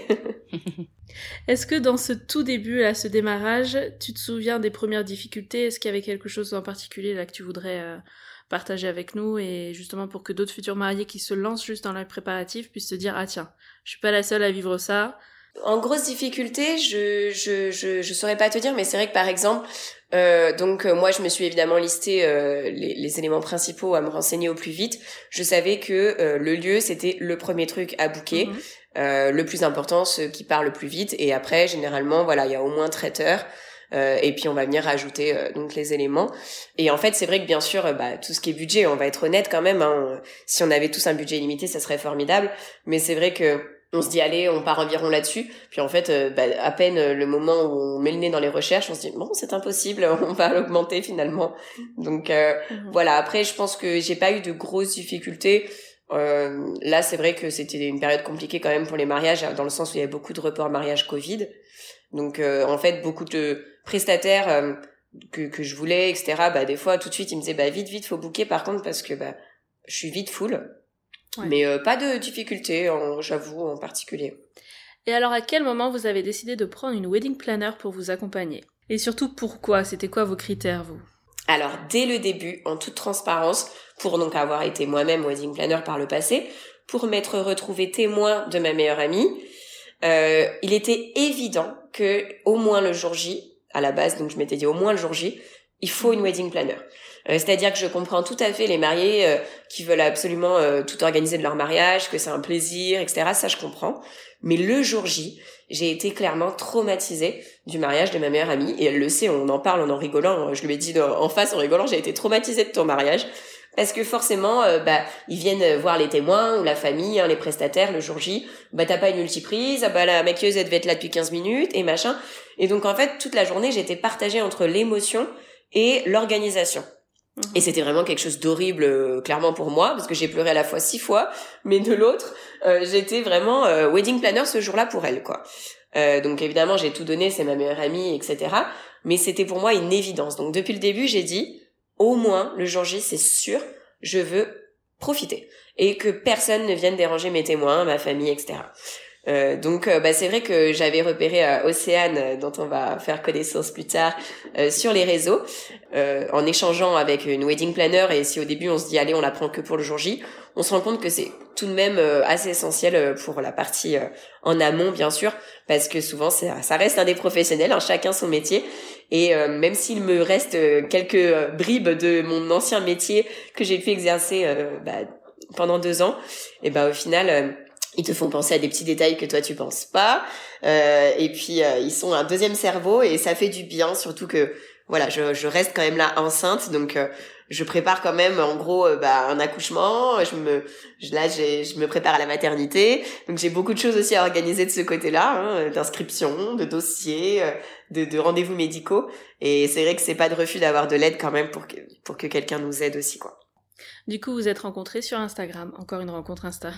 Est-ce que dans ce tout début, là, ce démarrage, tu te souviens des premières difficultés? Est-ce qu'il y avait quelque chose en particulier là que tu voudrais euh, partager avec nous, et justement pour que d'autres futurs mariés qui se lancent juste dans les préparatifs puissent se dire « Ah tiens, je suis pas la seule à vivre ça ». En grosse difficulté, je je je je saurais pas te dire, mais c'est vrai que par exemple, euh, donc euh, moi je me suis évidemment listé euh, les, les éléments principaux à me renseigner au plus vite. Je savais que euh, le lieu c'était le premier truc à booker, mmh. euh, le plus important, ce qui part le plus vite, et après généralement voilà il y a au moins traiteur. Euh, et puis on va venir rajouter euh, donc les éléments. Et en fait c'est vrai que bien sûr euh, bah tout ce qui est budget, on va être honnête quand même, hein, si on avait tous un budget illimité ça serait formidable, mais c'est vrai que on se dit allez on part environ là-dessus, puis en fait euh, bah, à peine euh, le moment où on met le nez dans les recherches on se dit bon c'est impossible, on va l'augmenter finalement. Donc euh, mmh. voilà, après je pense que j'ai pas eu de grosses difficultés. Euh, là c'est vrai que c'était une période compliquée quand même pour les mariages, dans le sens où il y avait beaucoup de reports mariage Covid. Donc euh, en fait beaucoup de prestataires euh, que que je voulais, et cetera. Bah des fois tout de suite ils me disaient bah vite vite faut booker par contre parce que bah je suis vite full. Ouais. Mais euh, pas de difficulté, en, j'avoue en particulier. Et alors à quel moment vous avez décidé de prendre une wedding planner pour vous accompagner? Et surtout pourquoi? C'était quoi vos critères vous? Alors dès le début, en toute transparence, pour donc avoir été moi-même wedding planner par le passé, pour m'être retrouvée témoin de ma meilleure amie, euh, il était évident que au moins le jour J, à la base, donc je m'étais dit au moins le jour J, il faut une wedding planner. Euh, c'est-à-dire que je comprends tout à fait les mariés euh, qui veulent absolument euh, tout organiser de leur mariage, que c'est un plaisir, et cetera. Ça, je comprends. Mais le jour J, j'ai été clairement traumatisée du mariage de ma meilleure amie. Et elle le sait, on en parle, on en rigolant. Je lui ai dit en face, en rigolant, j'ai été traumatisée de ton mariage. Parce que forcément, euh, bah, ils viennent voir les témoins ou la famille, hein, les prestataires, le jour J. Bah, t'as pas une multiprise, ah bah, la maquilleuse, elle devait être là depuis quinze minutes, et machin. Et donc, en fait, toute la journée, j'étais partagée entre l'émotion et l'organisation. Mmh. Et c'était vraiment quelque chose d'horrible, euh, clairement pour moi, parce que j'ai pleuré à la fois six fois, mais de l'autre, euh, j'étais vraiment euh, wedding planner ce jour-là pour elle, quoi. Euh, donc évidemment, j'ai tout donné, c'est ma meilleure amie, et cetera. Mais c'était pour moi une évidence. Donc depuis le début, j'ai dit, au moins, le jour J, c'est sûr, je veux profiter. Et que personne ne vienne déranger mes témoins, ma famille, et cetera. Euh, donc euh, bah c'est vrai que j'avais repéré euh, Océane, euh, dont on va faire connaissance plus tard, euh, sur les réseaux, euh, en échangeant avec une wedding planner. Et si au début on se dit allez on la prend que pour le jour J, on se rend compte que c'est tout de même euh, assez essentiel euh, pour la partie euh, en amont bien sûr, parce que souvent c'est, ça reste un des professionnels, hein, chacun son métier. Et euh, même s'il me reste euh, quelques euh, bribes de mon ancien métier que j'ai pu exercer euh, bah, pendant deux ans, et bah au final euh, ils te font penser à des petits détails que toi tu penses pas, euh, et puis euh, ils sont un deuxième cerveau et ça fait du bien, surtout que voilà je, je reste quand même là enceinte, donc euh, je prépare quand même en gros euh, bah un accouchement, je me je, là j'ai, je me prépare à la maternité, donc j'ai beaucoup de choses aussi à organiser de ce côté-là, hein, d'inscription, de dossiers, de, de rendez-vous médicaux, et c'est vrai que c'est pas de refus d'avoir de l'aide quand même pour que pour que quelqu'un nous aide aussi quoi. Du coup vous êtes rencontrés sur Instagram, encore une rencontre Insta.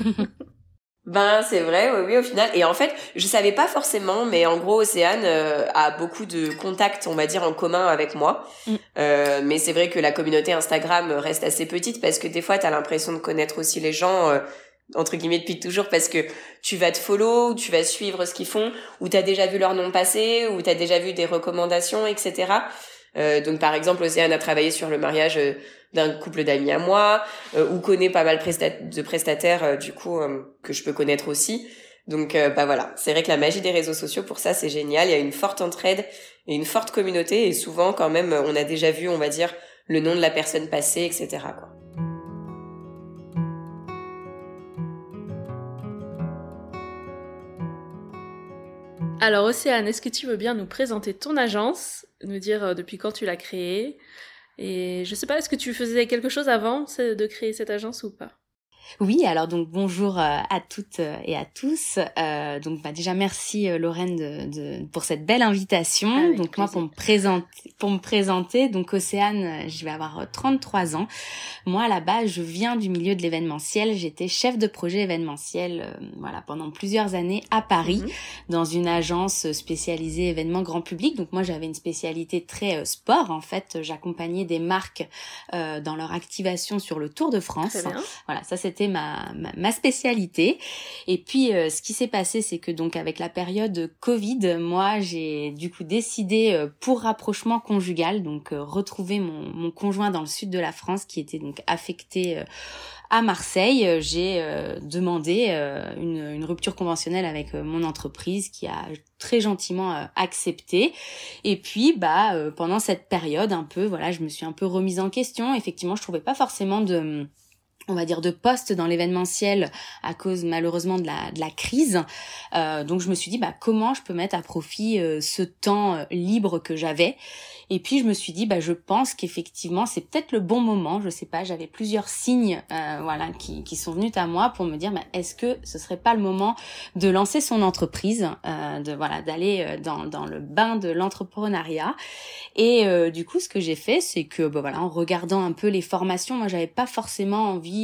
Ben c'est vrai, oui, oui, au final. Et en fait, je savais pas forcément, mais en gros, Océane euh, a beaucoup de contacts, on va dire, en commun avec moi. Mm. Euh, mais c'est vrai que la communauté Instagram reste assez petite parce que des fois, t'as l'impression de connaître aussi les gens, euh, entre guillemets, depuis toujours, parce que tu vas te follow, ou tu vas suivre ce qu'ils font, ou t'as déjà vu leur nom passer, ou t'as déjà vu des recommandations, et cetera. Euh, donc par exemple, Océane a travaillé sur le mariage euh, d'un couple d'amis à moi, euh, ou connaît pas mal prestat- de prestataires euh, du coup euh, que je peux connaître aussi. Donc euh, bah voilà, c'est vrai que la magie des réseaux sociaux pour ça c'est génial. Il y a une forte entraide et une forte communauté, et souvent quand même on a déjà vu, on va dire, le nom de la personne passée, et cetera quoi. Alors Océane, est-ce que tu veux bien nous présenter ton agence, nous dire euh, depuis quand tu l'as créée? Et je sais pas, est-ce que tu faisais quelque chose avant c'est- de créer cette agence ou pas? Oui, alors donc bonjour euh, à toutes euh, et à tous. Euh, donc bah, déjà merci euh, Lorraine de, de, pour cette belle invitation. Avec donc moi plaisir. pour me présenter, pour me présenter, donc Océane, euh, je vais avoir euh, trente-trois ans. Moi à la base, je viens du milieu de l'événementiel. J'étais chef de projet événementiel, euh, voilà, pendant plusieurs années à Paris, Mhm. dans une agence spécialisée événements grand public. Donc moi j'avais une spécialité très euh, sport. En fait, j'accompagnais des marques euh, dans leur activation sur le Tour de France. Très bien. Voilà, ça c'était ma, ma, ma spécialité. Et puis, euh, ce qui s'est passé, c'est que donc avec la période Covid, moi, j'ai du coup décidé euh, pour rapprochement conjugal, donc euh, retrouver mon, mon conjoint dans le sud de la France qui était donc affecté euh, à Marseille. Euh, j'ai euh, demandé euh, une, une rupture conventionnelle avec euh, mon entreprise qui a très gentiment euh, accepté. Et puis, bah, euh, pendant cette période, un peu, voilà, je me suis un peu remise en question. Effectivement, je trouvais pas forcément de on va dire de poste dans l'événementiel à cause malheureusement de la de la crise. Euh, donc je me suis dit bah comment je peux mettre à profit euh, ce temps euh, libre que j'avais. Et puis je me suis dit bah je pense qu'effectivement c'est peut-être le bon moment, je sais pas, j'avais plusieurs signes euh, voilà qui qui sont venus à moi pour me dire bah est-ce que ce serait pas le moment de lancer son entreprise, euh, de voilà d'aller euh, dans dans le bain de l'entrepreneuriat. Et euh, du coup ce que j'ai fait c'est que bah voilà en regardant un peu les formations, moi j'avais pas forcément envie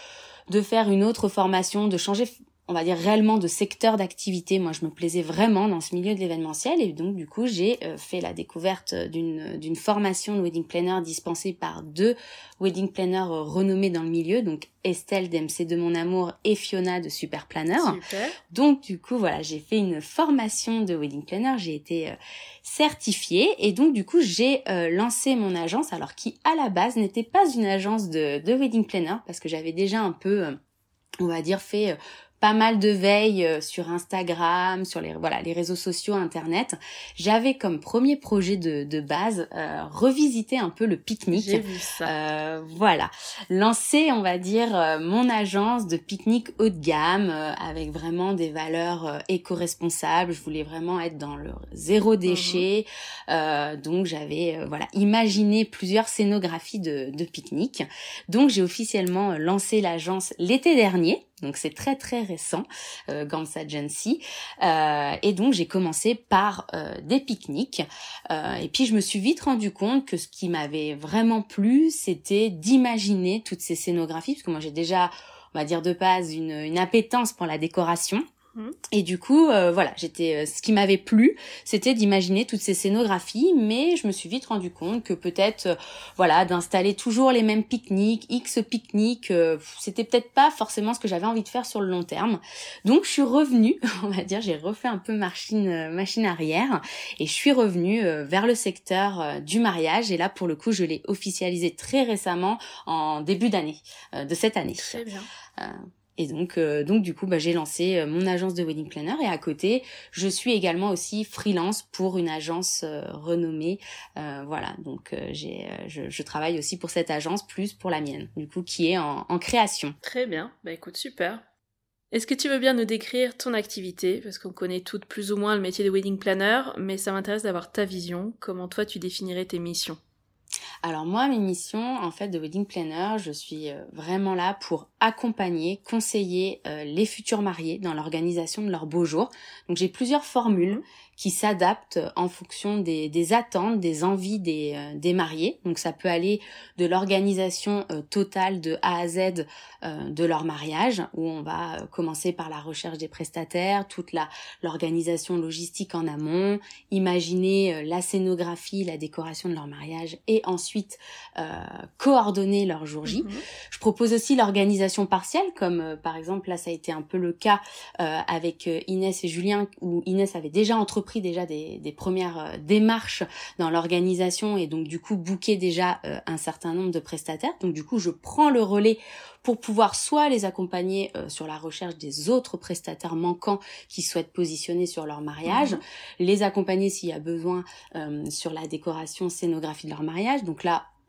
de faire une autre formation, de changer, on va dire réellement de secteur d'activité. Moi, je me plaisais vraiment dans ce milieu de l'événementiel et donc du coup, j'ai euh, fait la découverte d'une d'une formation de wedding planner dispensée par deux wedding planners euh, renommés dans le milieu, donc Estelle d'M C de Mon Amour et Fiona de Super Planner. Super. Donc du coup, voilà, j'ai fait une formation de wedding planner, j'ai été euh, certifiée et donc du coup, j'ai euh, lancé mon agence, alors qui à la base n'était pas une agence de, de wedding planner parce que j'avais déjà un peu, euh, on va dire, fait euh, pas mal de veille euh, sur Instagram, sur les voilà les réseaux sociaux, Internet. J'avais comme premier projet de, de base euh, revisiter un peu le pique-nique. J'ai vu ça. Euh, voilà, lancer, on va dire, euh, mon agence de pique-nique haut de gamme euh, avec vraiment des valeurs euh, éco-responsables. Je voulais vraiment être dans le zéro déchet. Mmh. Euh, donc j'avais euh, voilà imaginé plusieurs scénographies de, de pique-nique. Donc j'ai officiellement lancé l'agence l'été dernier. Donc c'est très très récent, euh, Gams Agency. Euh, et donc j'ai commencé par euh, des pique-niques. Euh, et puis je me suis vite rendu compte que ce qui m'avait vraiment plu, c'était d'imaginer toutes ces scénographies, parce que moi j'ai déjà, on va dire de base, une, une appétence pour la décoration. Et du coup, euh, voilà, j'étais. Ce qui m'avait plu, c'était d'imaginer toutes ces scénographies, mais je me suis vite rendu compte que peut-être, euh, voilà, d'installer toujours les mêmes pique-niques, X pique-niques, euh, c'était peut-être pas forcément ce que j'avais envie de faire sur le long terme. Donc, je suis revenue, on va dire, j'ai refait un peu machine, euh, machine arrière, et je suis revenue euh, vers le secteur euh, du mariage. Et là, pour le coup, je l'ai officialisé très récemment, en début d'année, euh, de cette année. Très bien. Euh, Et donc, euh, donc du coup, bah, j'ai lancé euh, mon agence de wedding planner et à côté, je suis également aussi freelance pour une agence euh, renommée. Euh, voilà, donc euh, j'ai, euh, je, je travaille aussi pour cette agence plus pour la mienne, du coup, qui est en, en création. Très bien, bah écoute, super. Est-ce que tu veux bien nous décrire ton activité? Parce qu'on connaît toutes plus ou moins le métier de wedding planner, mais ça m'intéresse d'avoir ta vision. Comment toi tu définirais tes missions? Alors moi, mes missions, en fait, de wedding planner, je suis vraiment là pour accompagner, conseiller euh, les futurs mariés dans l'organisation de leurs beaux jours. Donc j'ai plusieurs formules qui s'adaptent en fonction des, des attentes, des envies des, euh, des mariés. Donc ça peut aller de l'organisation euh, totale de A à Z euh, de leur mariage, où on va commencer par la recherche des prestataires, toute la l'organisation logistique en amont, imaginer euh, la scénographie, la décoration de leur mariage et ensuite euh, coordonner leur jour J. Mm-hmm. Je propose aussi l'organisation partielle, comme euh, par exemple là ça a été un peu le cas euh, avec euh, Inès et Julien, où Inès avait déjà entrepris déjà des, des premières euh, démarches dans l'organisation et donc du coup booké déjà euh, un certain nombre de prestataires. Donc du coup je prends le relais pour pouvoir soit les accompagner euh, sur la recherche des autres prestataires manquants qui souhaitent positionner sur leur mariage, mmh. les accompagner s'il y a besoin euh, sur la décoration, scénographie de leur mariage. Donc là,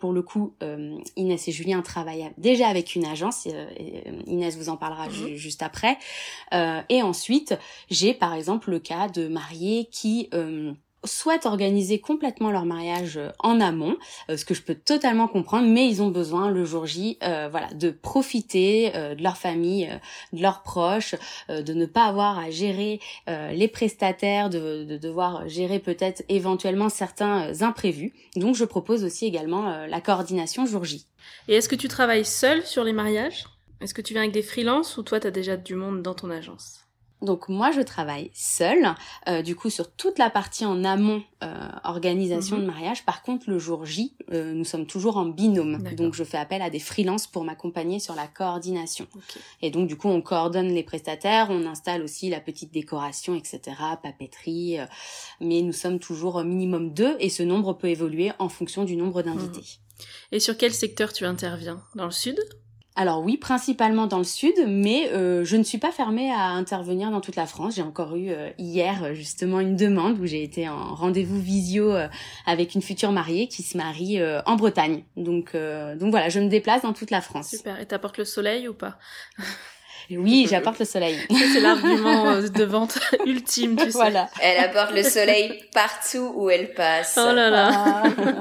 pour le coup, euh, Inès et Julien travaillent déjà avec une agence. Euh, et, euh, Inès vous en parlera mmh. ju- juste après. Euh, et ensuite, j'ai par exemple le cas de mariés qui euh, souhaitent organiser complètement leur mariage en amont, euh, ce que je peux totalement comprendre, mais ils ont besoin le jour J, euh, voilà, de profiter euh, de leur famille, euh, de leurs proches, euh, de ne pas avoir à gérer euh, les prestataires, de, de devoir gérer peut-être éventuellement certains euh, imprévus. Donc je propose aussi également euh, la coordination jour J. Et est-ce que tu travailles seule sur les mariages ? Est-ce que tu viens avec des freelances ou toi tu as déjà du monde dans ton agence ? Donc moi je travaille seule, euh, du coup sur toute la partie en amont euh, organisation mmh. de mariage. Par contre le jour J, euh, nous sommes toujours en binôme. D'accord. Donc je fais appel à des freelances pour m'accompagner sur la coordination. Okay. Et donc du coup on coordonne les prestataires, on installe aussi la petite décoration, et cetera, papeterie. Euh, mais nous sommes toujours minimum deux et ce nombre peut évoluer en fonction du nombre d'invités. Mmh. Et sur quel secteur tu interviens ? Dans le sud ? Alors oui, principalement dans le sud, mais euh, je ne suis pas fermée à intervenir dans toute la France. J'ai encore eu euh, hier justement une demande où j'ai été en rendez-vous visio euh, avec une future mariée qui se marie euh, en Bretagne. Donc euh, donc voilà, je me déplace dans toute la France. Super. Et t'apportes le soleil ou pas ? Oui, j'apporte le soleil. Ça, c'est l'argument de vente ultime, tu sais. Voilà. Elle apporte le soleil partout où elle passe. Oh là là.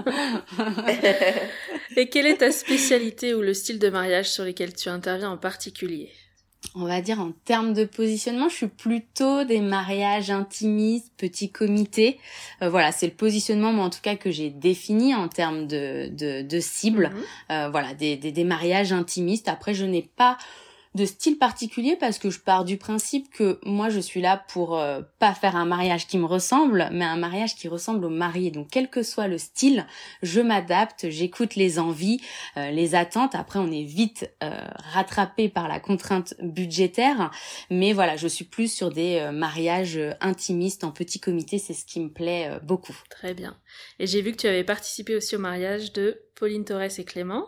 Et quelle est ta spécialité ou le style de mariage sur lesquels tu interviens en particulier ? On va dire en termes de positionnement, je suis plutôt des mariages intimistes, petits comités. Euh, voilà, c'est le positionnement, moi en tout cas que j'ai défini en termes de de, de cible. Mm-hmm. Euh, voilà, des, des des mariages intimistes. Après, je n'ai pas de style particulier parce que je pars du principe que moi je suis là pour euh, pas faire un mariage qui me ressemble, mais un mariage qui ressemble au marié. Donc quel que soit le style, je m'adapte, j'écoute les envies, euh, les attentes. Après on est vite euh, rattrapé par la contrainte budgétaire, mais voilà, je suis plus sur des euh, mariages intimistes en petit comité, c'est ce qui me plaît euh, beaucoup. Très bien. Et j'ai vu que tu avais participé aussi au mariage de Pauline Torres et Clément.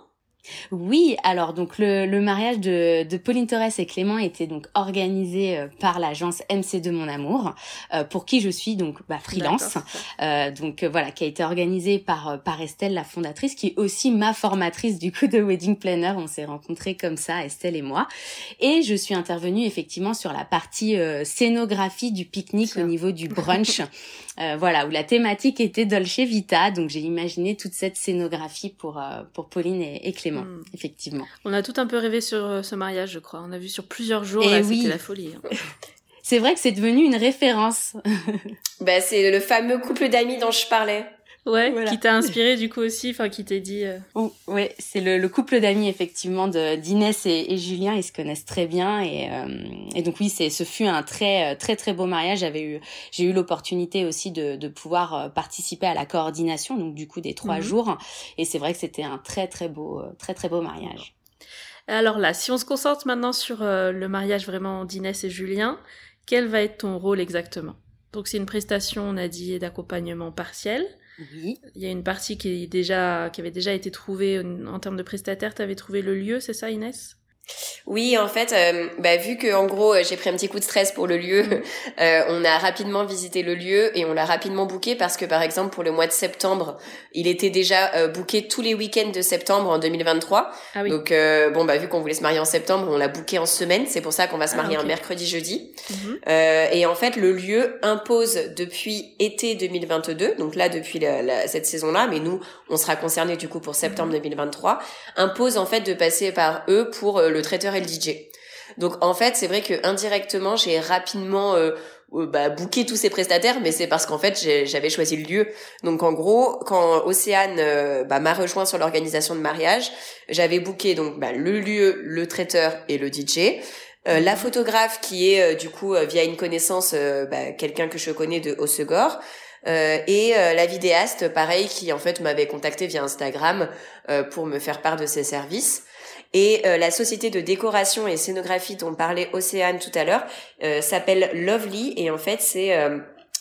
Oui, alors donc le, le mariage de, de Pauline Torres et Clément était donc organisé euh, par l'agence M C deux Mon Amour, euh, pour qui je suis donc bah, freelance, euh, donc euh, voilà, qui a été organisé par par Estelle, la fondatrice, qui est aussi ma formatrice du coup de wedding planner. On s'est rencontrés comme ça, Estelle et moi, et je suis intervenue effectivement sur la partie euh, scénographie du pique-nique Tiens. Au niveau du brunch. Euh, voilà, où la thématique était Dolce Vita, donc j'ai imaginé toute cette scénographie pour euh, pour Pauline et, et Clément, mmh. effectivement. On a tout un peu rêvé sur euh, ce mariage, je crois. On a vu sur plusieurs jours, et là, oui. C'était la folie. Hein. C'est vrai que c'est devenu une référence. Bah, c'est le fameux couple d'amis dont je parlais. Ouais, voilà. Qui t'a inspiré du coup aussi, enfin qui t'a dit... Euh... Oh, ouais, c'est le, le couple d'amis effectivement de d'Inès et, et Julien, ils se connaissent très bien et, euh, et donc oui, c'est ce fut un très très très beau mariage. J'avais eu j'ai eu l'opportunité aussi de de pouvoir participer à la coordination donc du coup des trois mmh. jours et c'est vrai que c'était un très très beau très très beau mariage. Alors là, si on se concentre maintenant sur euh, le mariage vraiment d'Inès et Julien, quel va être ton rôle exactement ? Donc c'est une prestation, on a dit, d'accompagnement partiel. Oui. Il y a une partie qui est déjà, qui avait déjà été trouvée en termes de prestataire. Tu avais trouvé le lieu, c'est ça, Inès ? Oui, en fait, euh, bah, vu que en gros j'ai pris un petit coup de stress pour le lieu, mmh. euh, on a rapidement visité le lieu et on l'a rapidement booké parce que par exemple pour le mois de septembre, il était déjà euh, booké tous les week-ends de septembre en deux mille vingt-trois. Ah oui. Donc euh, bon bah vu qu'on voulait se marier en septembre, on l'a booké en semaine. C'est pour ça qu'on va se marier ah, okay. un mercredi, jeudi. Mmh. Euh, et en fait le lieu impose depuis été deux mille vingt-deux, donc là depuis la, la, cette saison-là, mais nous on sera concernés du coup pour septembre mmh. deux mille vingt-trois, impose en fait de passer par eux pour euh, le traiteur et le D J. Donc en fait, c'est vrai que indirectement, j'ai rapidement euh, euh, bah, booké tous ces prestataires, mais c'est parce qu'en fait, j'ai, j'avais choisi le lieu. Donc en gros, quand Océane euh, bah, m'a rejoint sur l'organisation de mariage, j'avais booké donc bah, le lieu, le traiteur et le D J. Euh, la photographe qui est euh, du coup euh, via une connaissance, euh, bah, quelqu'un que je connais de Hossegor. Euh, et euh, la vidéaste, pareil, qui en fait m'avait contacté via Instagram euh, pour me faire part de ses services. Et euh, la société de décoration et scénographie dont parlait Océane tout à l'heure euh, s'appelle Lovely et en fait c'est euh,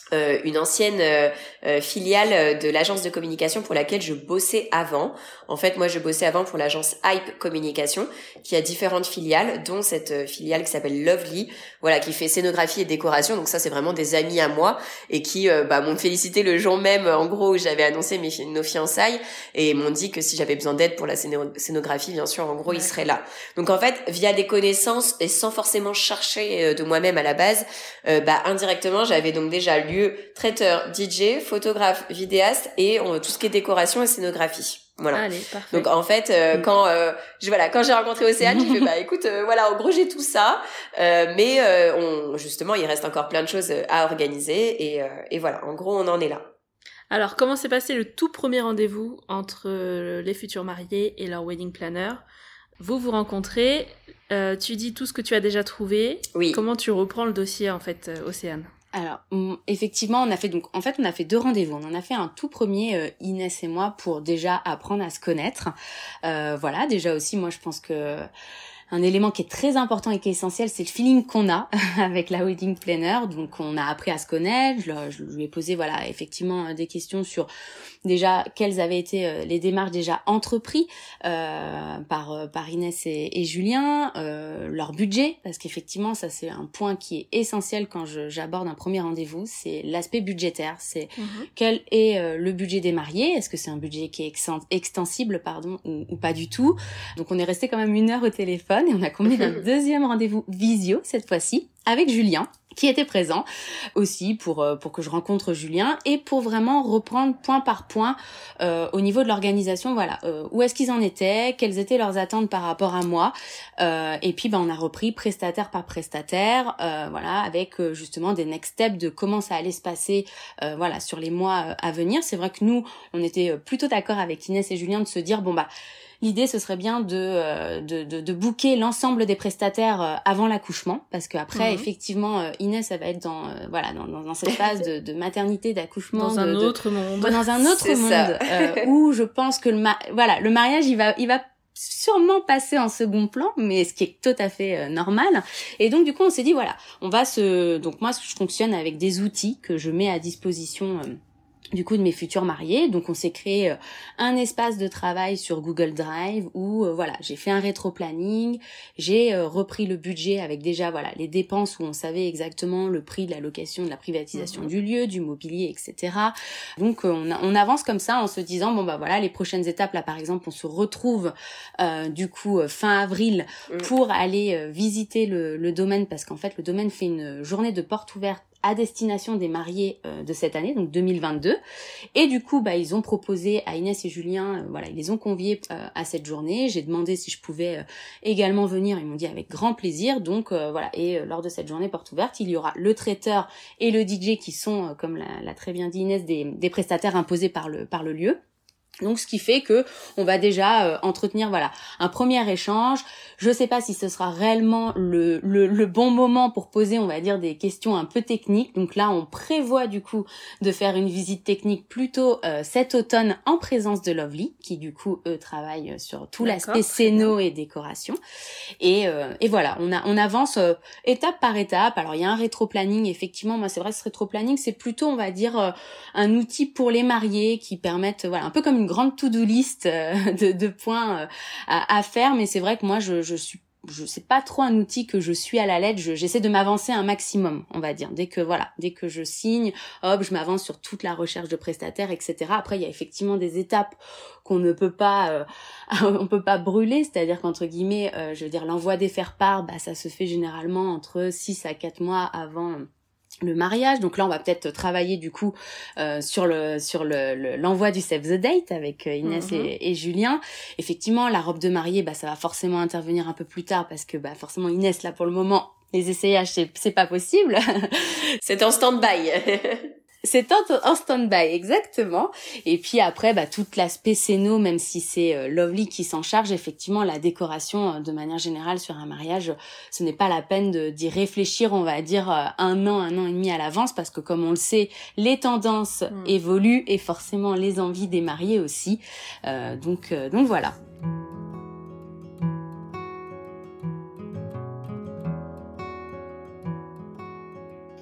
Euh, une ancienne euh, euh, filiale de l'agence de communication pour laquelle je bossais avant. En fait, moi, je bossais avant pour l'agence Hype Communication, qui a différentes filiales, dont cette euh, filiale qui s'appelle Lovely, voilà, qui fait scénographie et décoration. Donc ça, c'est vraiment des amis à moi et qui euh, bah, m'ont félicité le jour même, en gros, où j'avais annoncé mes, nos fiançailles et m'ont dit que si j'avais besoin d'aide pour la scéno- scénographie, bien sûr, en gros, ouais. Ils seraient là. Donc en fait, via des connaissances et sans forcément chercher euh, de moi-même à la base, euh, bah indirectement, j'avais donc déjà lu traiteur, D J, photographe, vidéaste et euh, tout ce qui est décoration et scénographie. Voilà. Allez, parfait. Donc en fait, euh, quand euh, je, voilà, quand j'ai rencontré Océane, j'ai fait bah écoute, euh, voilà, en gros j'ai tout ça, euh, mais euh, on, justement il reste encore plein de choses à organiser et, euh, et voilà, en gros on en est là. Alors comment s'est passé le tout premier rendez-vous entre euh, les futurs mariés et leur wedding planner ? Vous vous rencontrez, euh, tu dis tout ce que tu as déjà trouvé. Oui. Comment tu reprends le dossier en fait, euh, Océane ? Alors, effectivement, on a fait donc, en fait, on a fait deux rendez-vous. On en a fait un tout premier, euh, Inès et moi, pour déjà apprendre à se connaître. Euh, voilà, déjà aussi, moi, je pense que un élément qui est très important et qui est essentiel, c'est le feeling qu'on a avec la wedding planner. Donc, on a appris à se connaître. Je, je lui ai posé, voilà, effectivement, des questions sur déjà quelles avaient été les démarches déjà entreprises euh, par par Inès et, et Julien, euh, leur budget, parce qu'effectivement, ça c'est un point qui est essentiel quand je, j'aborde un premier rendez-vous, c'est l'aspect budgétaire. C'est mmh. quel est euh, le budget des mariés ? Est-ce que c'est un budget qui est extensible, pardon, ou, ou pas du tout ? Donc, on est resté quand même une heure au téléphone. Et on a convenu d'un deuxième rendez-vous visio cette fois-ci avec Julien qui était présent aussi pour pour que je rencontre Julien et pour vraiment reprendre point par point euh, au niveau de l'organisation, voilà, euh, où est-ce qu'ils en étaient, quelles étaient leurs attentes par rapport à moi, euh, et puis ben on a repris prestataire par prestataire, euh, voilà, avec euh, justement des next steps de comment ça allait se passer, euh, voilà, sur les mois euh, à venir. C'est vrai que nous on était plutôt d'accord avec Inès et Julien de se dire bon bah l'idée, ce serait bien de euh, de, de, de booker l'ensemble des prestataires euh, avant l'accouchement, parce que après, mmh. effectivement, euh, Inès, elle va être dans euh, voilà dans, dans, dans cette phase de, de maternité, d'accouchement, dans de, un de, autre monde, dans un autre monde euh, où je pense que le ma- voilà le mariage, il va il va sûrement passer en second plan, mais ce qui est tout à fait euh, normal. Et donc du coup, on s'est dit voilà, on va se donc moi, je fonctionne avec des outils que je mets à disposition. Euh, du coup de mes futurs mariés. Donc on s'est créé euh, un espace de travail sur Google Drive où euh, voilà, j'ai fait un rétro-planning, j'ai euh, repris le budget avec déjà voilà les dépenses où on savait exactement le prix de la location, de la privatisation mmh. du lieu, du mobilier, et cetera. Donc euh, on, a, on avance comme ça en se disant bon bah voilà les prochaines étapes là par exemple on se retrouve euh, du coup euh, fin avril mmh. pour aller euh, visiter le, le domaine parce qu'en fait le domaine fait une journée de porte ouverte à destination des mariés euh, de cette année, donc deux mille vingt-deux. Et du coup, bah, ils ont proposé à Inès et Julien, euh, voilà, ils les ont conviés euh, à cette journée. J'ai demandé si je pouvais euh, également venir. Ils m'ont dit avec grand plaisir. Donc euh, voilà. Et euh, lors de cette journée porte ouverte, il y aura le traiteur et le D J qui sont, euh, comme l'a, l'a très bien dit Inès, des, des prestataires imposés par le par le lieu. Donc ce qui fait que on va déjà euh, entretenir voilà un premier échange. Je sais pas si ce sera réellement le, le le bon moment pour poser on va dire des questions un peu techniques. Donc là on prévoit du coup de faire une visite technique plutôt euh, cet automne en présence de Lovely qui du coup eux travaillent sur tout D'accord, l'aspect scéno et décoration. Et euh, et voilà, on a on avance euh, étape par étape. Alors il y a un rétro-planning effectivement, moi c'est vrai ce rétro-planning c'est plutôt on va dire euh, un outil pour les mariés qui permettent voilà un peu comme une grande to-do list euh, de, de points euh, à, à faire, mais c'est vrai que moi je, je suis je c'est pas trop un outil que je suis à la lettre, je, j'essaie de m'avancer un maximum, on va dire. Dès que voilà, dès que je signe, hop, je m'avance sur toute la recherche de prestataires, et cetera. Après, il y a effectivement des étapes qu'on ne peut pas, euh, on peut pas brûler, c'est-à-dire qu'entre guillemets, euh, je veux dire, l'envoi des faire-part, bah ça se fait généralement entre six à quatre mois avant le mariage. Donc là on va peut-être travailler du coup euh, sur le sur le, le l'envoi du save the date avec Inès mm-hmm. et, et Julien. Effectivement la robe de mariée bah ça va forcément intervenir un peu plus tard parce que bah forcément Inès là pour le moment les essayages c'est c'est pas possible. C'est en stand-by. C'est en, en stand-by, exactement. Et puis après, bah, tout l'aspect scéno, même si c'est euh, Lovely qui s'en charge, effectivement, la décoration, euh, de manière générale, sur un mariage, ce n'est pas la peine de, d'y réfléchir, on va dire, euh, un an, un an et demi à l'avance, parce que comme on le sait, les tendances mmh. évoluent et forcément les envies des mariés aussi. Euh, donc, euh, donc voilà. Donc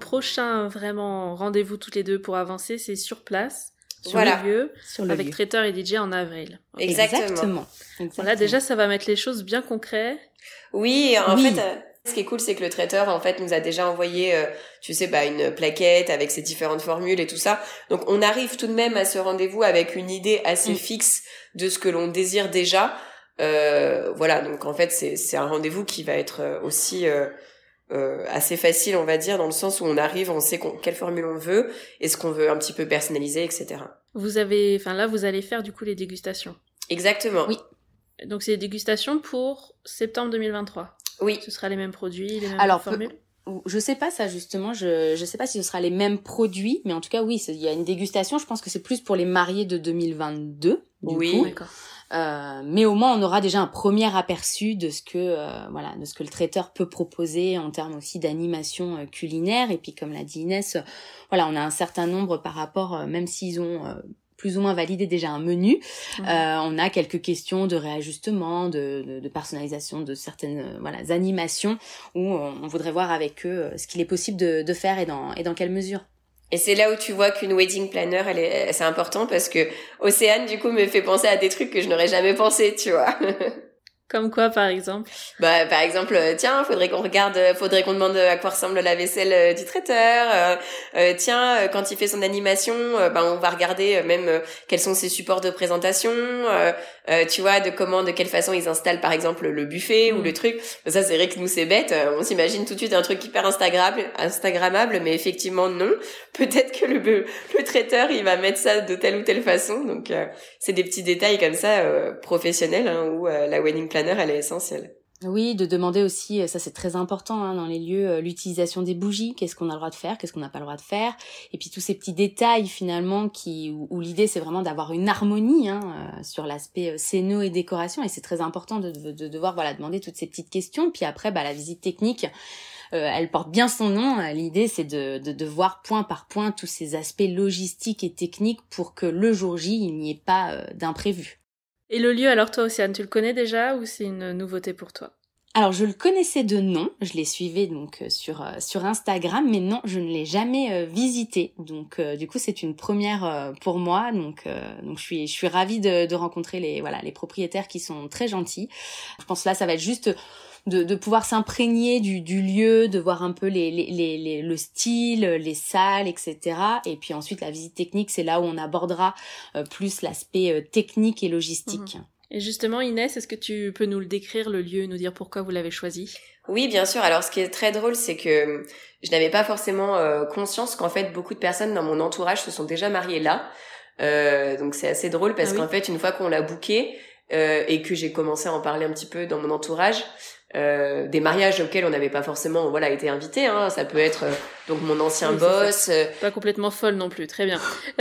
prochain vraiment rendez-vous toutes les deux pour avancer, c'est sur place, sur Voilà. le lieu, Sur le avec lieu. traiteur et D J en avril. Ok. Exactement. Exactement. Exactement. Voilà, déjà, ça va mettre les choses bien concrètes. Oui, en Oui. fait, euh, ce qui est cool, c'est que le traiteur, en fait, nous a déjà envoyé, euh, tu sais, bah, une plaquette avec ses différentes formules et tout ça. Donc, on arrive tout de même à ce rendez-vous avec une idée assez Mm. fixe de ce que l'on désire déjà. Euh, voilà, donc en fait, c'est c'est un rendez-vous qui va être euh, aussi euh, euh, assez facile, on va dire, dans le sens où on arrive, on sait qu'on- quelle formule on veut et ce qu'on veut un petit peu personnaliser, et cetera. Vous avez, enfin là, vous allez faire du coup les dégustations. Exactement. Oui. Donc, c'est des dégustations pour septembre deux mille vingt-trois. Oui. Ce sera les mêmes produits, les mêmes Alors, formules. Je sais pas ça justement, je je sais pas si ce sera les mêmes produits, mais en tout cas oui, c'est- il y a une dégustation. Je pense que c'est plus pour les mariés de deux mille vingt-deux. Du Oui. coup. D'accord. Euh, mais au moins on aura déjà un premier aperçu de ce que euh, voilà, de ce que le traiteur peut proposer en termes aussi d'animation euh, culinaire. Et puis comme l'a dit Inès, euh, voilà, on a un certain nombre par rapport, euh, même s'ils ont euh, plus ou moins validé déjà un menu, Mhm. euh, on a quelques questions de réajustement, de, de, de personnalisation de certaines euh, voilà animations où on, on voudrait voir avec eux euh, ce qu'il est possible de, de faire et dans et dans quelle mesure. Et c'est là où tu vois qu'une wedding planner, elle est, c'est important parce que Océane, du coup, me fait penser à des trucs que je n'aurais jamais pensé, tu vois. Comme quoi, par exemple? Bah, par exemple, euh, tiens, faudrait qu'on regarde, euh, faudrait qu'on demande à quoi ressemble la vaisselle euh, du traiteur. Euh, euh, tiens, euh, quand il fait son animation, euh, ben on va regarder euh, même euh, quels sont ses supports de présentation. Euh, euh, tu vois, de comment, de quelle façon ils installent, par exemple, le buffet Mm. ou le truc. Ça, c'est vrai que nous c'est bête. euh, On s'imagine tout de suite un truc hyper instagrammable, instagrammable, mais effectivement non. Peut-être que le le traiteur il va mettre ça de telle ou telle façon. Donc euh, c'est des petits détails comme ça euh, professionnels hein, où euh, la wedding planner elle est essentielle. Oui, de demander aussi, ça c'est très important hein, dans les lieux, euh, l'utilisation des bougies, qu'est-ce qu'on a le droit de faire, qu'est-ce qu'on n'a pas le droit de faire, et puis tous ces petits détails finalement qui où, où l'idée c'est vraiment d'avoir une harmonie hein, euh, sur l'aspect euh, scéno et décoration, et c'est très important de, de, de devoir voilà demander toutes ces petites questions. Puis après bah la visite technique, euh, elle porte bien son nom. L'idée c'est de, de de voir point par point tous ces aspects logistiques et techniques pour que le jour J il n'y ait pas euh, d'imprévu. Et le lieu, alors toi, Océane, tu le connais déjà ou c'est une nouveauté pour toi? Alors je le connaissais de nom, je les suivais donc euh, sur euh, sur Instagram, mais non, je ne l'ai jamais euh, visité. Donc euh, du coup c'est une première euh, pour moi. Donc euh, donc je suis je suis ravie de, de rencontrer les voilà les propriétaires qui sont très gentils. Je pense là ça va être juste de, de pouvoir s'imprégner du, du lieu, de voir un peu les, les, les, les, le style, les salles, et cetera. Et puis ensuite la visite technique, c'est là où on abordera euh, plus l'aspect euh, technique et logistique. Mmh. Et justement, Inès, est-ce que tu peux nous le décrire, le lieu, nous dire pourquoi vous l'avez choisi? Oui, bien sûr. Alors, ce qui est très drôle, c'est que je n'avais pas forcément euh, conscience qu'en fait, beaucoup de personnes dans mon entourage se sont déjà mariées là. Euh, donc, c'est assez drôle parce Ah oui. qu'en fait, une fois qu'on l'a booké euh, et que j'ai commencé à en parler un petit peu dans mon entourage, euh, des mariages auxquels on n'avait pas forcément voilà été invité. Hein, ça peut être euh, donc mon ancien Oui, c'est boss. euh, Pas complètement folle non plus, très bien.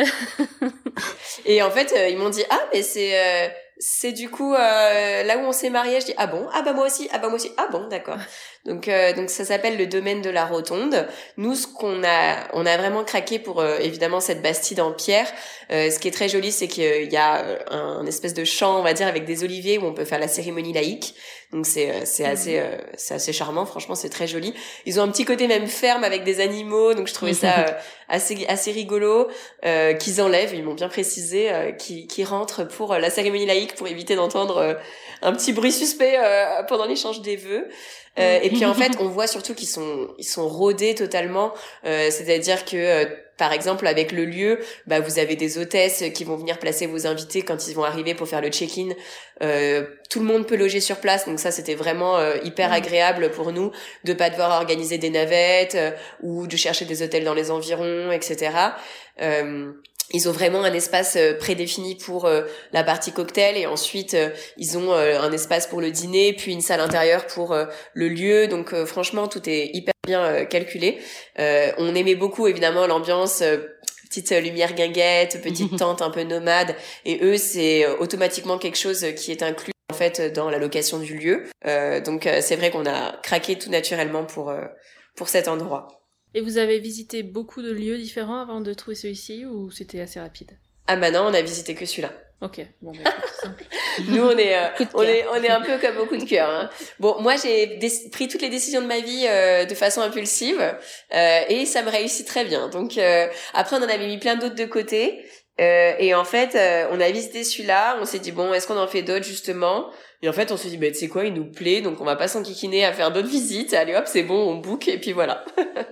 Et en fait, euh, ils m'ont dit ah mais c'est euh, c'est du coup euh, là où on s'est marié. Je dis ah bon, ah bah moi aussi, ah bah moi aussi, ah bon d'accord. Donc euh, donc ça s'appelle le domaine de la Rotonde. Nous ce qu'on a on a vraiment craqué pour euh, évidemment cette bastide en pierre. Euh, ce qui est très joli c'est qu'il y a un, un espèce de champ on va dire avec des oliviers où on peut faire la cérémonie laïque. Donc c'est euh, c'est assez euh, c'est assez charmant, franchement c'est très joli. Ils ont un petit côté même ferme avec des animaux, donc je trouvais ça euh, assez assez rigolo euh, qu'ils enlèvent, ils m'ont bien précisé euh, qu'ils qu'ils rentrent pour euh, la cérémonie laïque pour éviter d'entendre euh, un petit bruit suspect euh, pendant l'échange des vœux. Euh, et puis en fait, on voit surtout qu'ils sont ils sont rodés totalement, euh, c'est-à-dire que euh, par exemple avec le lieu, bah vous avez des hôtesses qui vont venir placer vos invités quand ils vont arriver pour faire le check-in. Euh, tout le monde peut loger sur place, donc ça c'était vraiment euh, hyper agréable pour nous de pas devoir organiser des navettes euh, ou de chercher des hôtels dans les environs, et cetera. Euh, Ils ont vraiment un espace euh, prédéfini pour euh, la partie cocktail et ensuite euh, ils ont euh, un espace pour le dîner puis une salle intérieure pour euh, le lieu. Donc euh, franchement tout est hyper bien euh, calculé. Euh, on aimait beaucoup évidemment l'ambiance euh, petite euh, lumière guinguette, petite tente un peu nomade et eux c'est euh, automatiquement quelque chose qui est inclus en fait dans la location du lieu. Euh, donc euh, c'est vrai qu'on a craqué tout naturellement pour euh, pour cet endroit. Et vous avez visité beaucoup de lieux différents avant de trouver celui-ci ou c'était assez rapide? Ah bah non, on a visité que celui-là. Ok, bon, bah, écoute, c'est simple. Nous, on est, euh, on est, on est un peu comme au coup de cœur. Hein. Bon, moi, j'ai dé- pris toutes les décisions de ma vie euh, de façon impulsive euh, et ça me réussit très bien. Donc, euh, après, on en avait mis plein d'autres de côté. Euh, et en fait, euh, on a visité celui-là. On s'est dit, bon, est-ce qu'on en fait d'autres, justement? Et en fait, on s'est dit, bah, tu sais quoi, il nous plaît, donc on va pas s'enquiquiner à faire d'autres visites. Allez hop, c'est bon, on book, et puis voilà.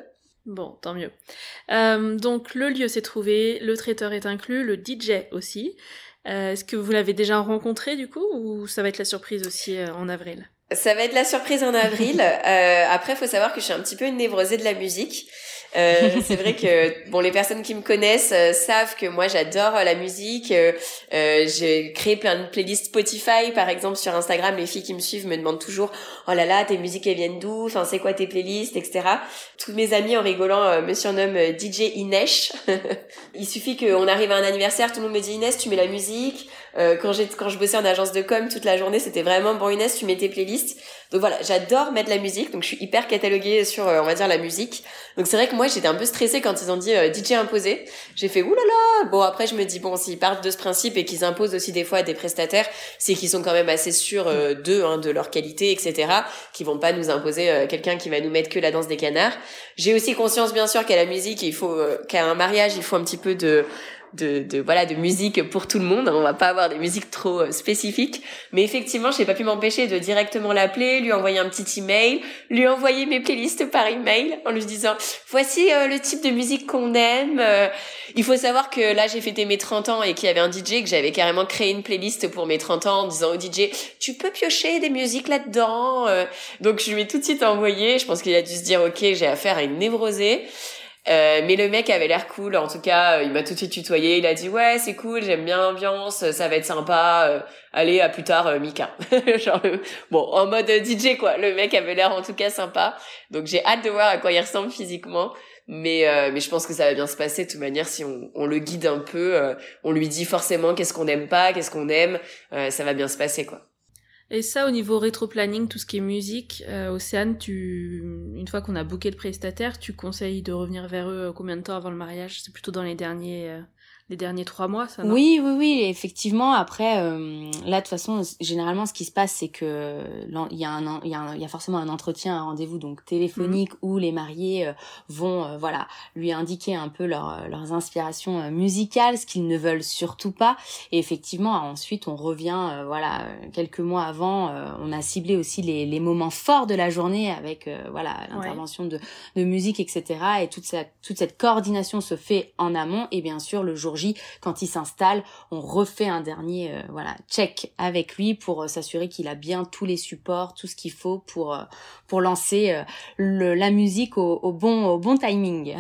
Bon, tant mieux. Euh, donc, le lieu s'est trouvé, le traiteur est inclus, le D J aussi. Euh, est-ce que vous l'avez déjà rencontré, du coup, ou ça va être la surprise aussi euh, en avril? Ça va être la surprise en avril. Euh, après, faut savoir que je suis un petit peu une névrosée de la musique. Euh, c'est vrai que bon, les personnes qui me connaissent euh, savent que moi j'adore euh, la musique. Euh, euh, j'ai créé plein de playlists Spotify, par exemple sur Instagram. Les filles qui me suivent me demandent toujours oh là là, tes musiques elles viennent d'où? Enfin, c'est quoi tes playlists, et cetera. Tous mes amis en rigolant euh, me surnomment euh, D J Inès. Il suffit qu'on arrive à un anniversaire, tout le monde me dit Inès, tu mets la musique. Euh, quand j'ai quand je bossais en agence de com toute la journée, c'était vraiment bon Inès, tu mets tes playlists. Donc voilà, j'adore mettre la musique, donc je suis hyper cataloguée sur euh, on va dire la musique. Donc c'est vrai que moi j'étais un peu stressée quand ils ont dit euh, D J imposé. J'ai fait oulala. Bon après je me dis bon, s'ils partent de ce principe et qu'ils imposent aussi des fois à des prestataires, c'est qu'ils sont quand même assez sûrs euh, d'eux, hein, de leur qualité, et cetera. Qu'ils vont pas nous imposer euh, quelqu'un qui va nous mettre que la danse des canards. J'ai aussi conscience bien sûr qu'à la musique, il faut euh, qu'à un mariage, il faut un petit peu de de de voilà de musique pour tout le monde. On va pas avoir des musiques trop euh, spécifiques, mais effectivement j'ai pas pu m'empêcher de directement l'appeler, lui envoyer un petit email, lui envoyer mes playlists par email en lui disant voici euh, le type de musique qu'on aime. Euh, il faut savoir que là j'ai fêté mes trente ans et qu'il y avait un D J, que j'avais carrément créé une playlist pour mes trente ans en disant au D J tu peux piocher des musiques là-dedans. Euh, donc je lui ai tout de suite envoyé. Je pense qu'il a dû se dire ok, j'ai affaire à une névrosée. Euh, mais le mec avait l'air cool, en tout cas, euh, il m'a tout de suite tutoyé, il a dit ouais c'est cool, j'aime bien l'ambiance, ça va être sympa, euh, allez à plus tard euh, Mika. Genre euh, bon en mode D J quoi, le mec avait l'air en tout cas sympa, donc j'ai hâte de voir à quoi il ressemble physiquement, mais euh, mais je pense que ça va bien se passer de toute manière si on, on le guide un peu, euh, on lui dit forcément qu'est-ce qu'on aime pas, qu'est-ce qu'on aime, euh, ça va bien se passer quoi. Et ça, au niveau rétro-planning, tout ce qui est musique, euh, Océane, tu, une fois qu'on a booké le prestataire, tu conseilles de revenir vers eux combien de temps avant le mariage? C'est plutôt dans les derniers, euh, les derniers trois mois, ça, non? Oui, oui, oui, effectivement. Après, euh, là, de toute façon, généralement, ce qui se passe, c'est que il y a un, il y a, un, il y a forcément un entretien, un rendez-vous donc téléphonique mmh. où les mariés euh, vont, euh, voilà, lui indiquer un peu leur, leurs inspirations euh, musicales, ce qu'ils ne veulent surtout pas. Et effectivement, ensuite, on revient, euh, voilà, quelques mois avant, euh, on a ciblé aussi les, les moments forts de la journée avec, euh, voilà, l'intervention ouais. de, de musique, et cetera. Et toute cette, toute cette coordination se fait en amont. Et bien sûr, le jour J, quand il s'installe, on refait un dernier, euh, voilà, check avec lui pour euh, s'assurer qu'il a bien tous les supports, tout ce qu'il faut pour euh, pour lancer euh, le, la musique au, au bon au bon timing.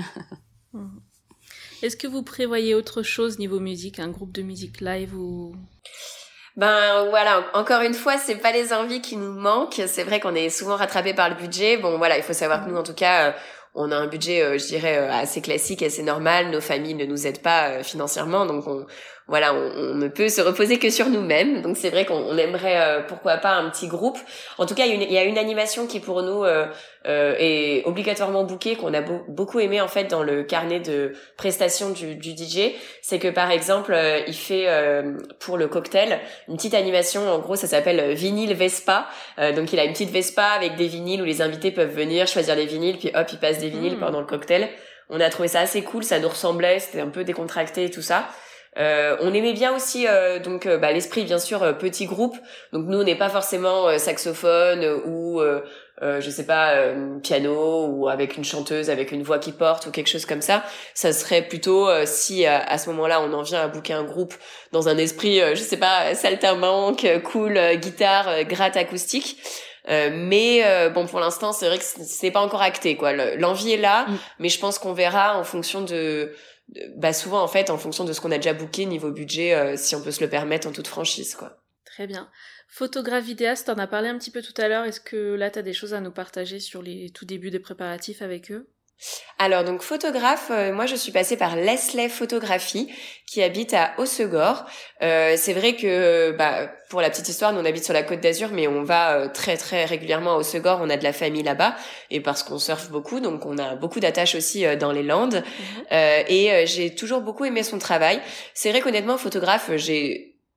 Est-ce que vous prévoyez autre chose niveau musique, un groupe de musique live ou... Ben voilà, encore une fois, c'est pas les envies qui nous manquent. C'est vrai qu'on est souvent rattrapé par le budget. Bon voilà, il faut savoir que nous, en tout cas, euh, on a un budget, euh, je dirais, euh, assez classique, assez normal. Nos familles ne nous aident pas euh, financièrement, donc on voilà, on, on ne peut se reposer que sur nous-mêmes. Donc c'est vrai qu'on on aimerait, euh, pourquoi pas, un petit groupe. En tout cas, il y a une, il y a une animation qui pour nous euh, euh, est obligatoirement bookée, qu'on a beau, beaucoup aimé en fait dans le carnet de prestations du, du D J. C'est que par exemple, euh, il fait euh, pour le cocktail une petite animation. En gros, ça s'appelle Vinyle Vespa. Euh, donc il a une petite Vespa avec des vinyles où les invités peuvent venir choisir des vinyles, puis hop, il passe des vinyles mmh. pendant le cocktail. On a trouvé ça assez cool, ça nous ressemblait, c'était un peu décontracté et tout ça. Euh, on aimait bien aussi euh, donc euh, bah, l'esprit bien sûr euh, petit groupe. Donc nous on n'est pas forcément euh, saxophone euh, ou euh, euh, je sais pas euh, piano ou avec une chanteuse avec une voix qui porte ou quelque chose comme ça. Ça serait plutôt euh, si à, à ce moment-là on en vient à booker un groupe dans un esprit euh, je sais pas saltimbanque, euh, cool, euh, guitare, euh, gratte acoustique. Euh, mais euh, bon pour l'instant c'est vrai que c'est pas encore acté quoi. Le, l'envie est là, mmh. mais je pense qu'on verra en fonction de bah souvent en fait en fonction de ce qu'on a déjà booké niveau budget euh, si on peut se le permettre en toute franchise quoi. Très bien. Photographe vidéaste, t'en as parlé un petit peu tout à l'heure, est-ce que là t'as des choses à nous partager sur les tout débuts des préparatifs avec eux? Alors donc photographe, euh, moi je suis passée par Leslie Photographie qui habite à Hossegor. Euh, c'est vrai que bah pour la petite histoire, nous on habite sur la Côte d'Azur, mais on va euh, très très régulièrement à Hossegor. On a de la famille là-bas et parce qu'on surfe beaucoup, donc on a beaucoup d'attaches aussi euh, dans les Landes. Mmh. Euh, et euh, j'ai toujours beaucoup aimé son travail. C'est vrai qu'honnêtement photographe, j'ai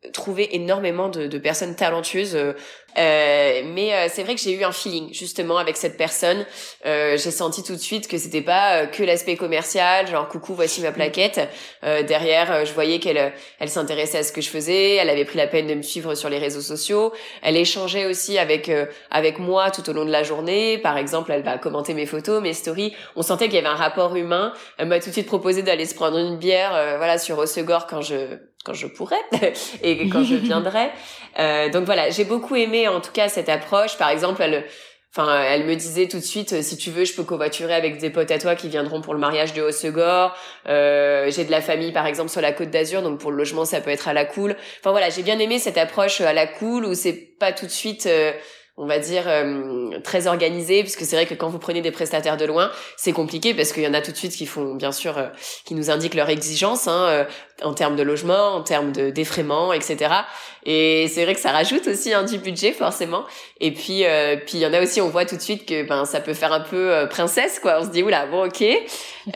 trouvé énormément de, de personnes talentueuses. Euh, euh, mais euh, c'est vrai que j'ai eu un feeling justement avec cette personne. Euh, j'ai senti tout de suite que c'était pas euh, que l'aspect commercial, genre coucou, voici ma plaquette. Euh, derrière, euh, je voyais qu'elle elle s'intéressait à ce que je faisais. Elle avait pris la peine de me suivre sur les réseaux sociaux. Elle échangeait aussi avec euh, avec moi tout au long de la journée. Par exemple, elle va commenter mes photos, mes stories. On sentait qu'il y avait un rapport humain. Elle m'a tout de suite proposé d'aller se prendre une bière, euh, voilà, sur Hossegor quand je quand je pourrais et quand je viendrai. Euh, donc voilà, j'ai beaucoup aimé en tout cas cette approche. Par exemple, elle, enfin, elle me disait tout de suite, si tu veux, je peux covoiturer avec des potes à toi qui viendront pour le mariage de Hossegor. Euh, j'ai de la famille par exemple sur la Côte d'Azur, donc pour le logement ça peut être à la cool. Enfin voilà, j'ai bien aimé cette approche à la cool où c'est pas tout de suite. Euh, on va dire euh, très organisé, parce que c'est vrai que quand vous prenez des prestataires de loin, c'est compliqué parce qu'il y en a tout de suite qui font, bien sûr, euh, qui nous indiquent leurs exigences hein, euh, en termes de logement, en termes de d'effraiement, et cetera. Et c'est vrai que ça rajoute aussi hein, du budget forcément. Et puis, euh, puis il y en a aussi, on voit tout de suite que ben ça peut faire un peu euh, princesse quoi. On se dit oula bon ok, euh,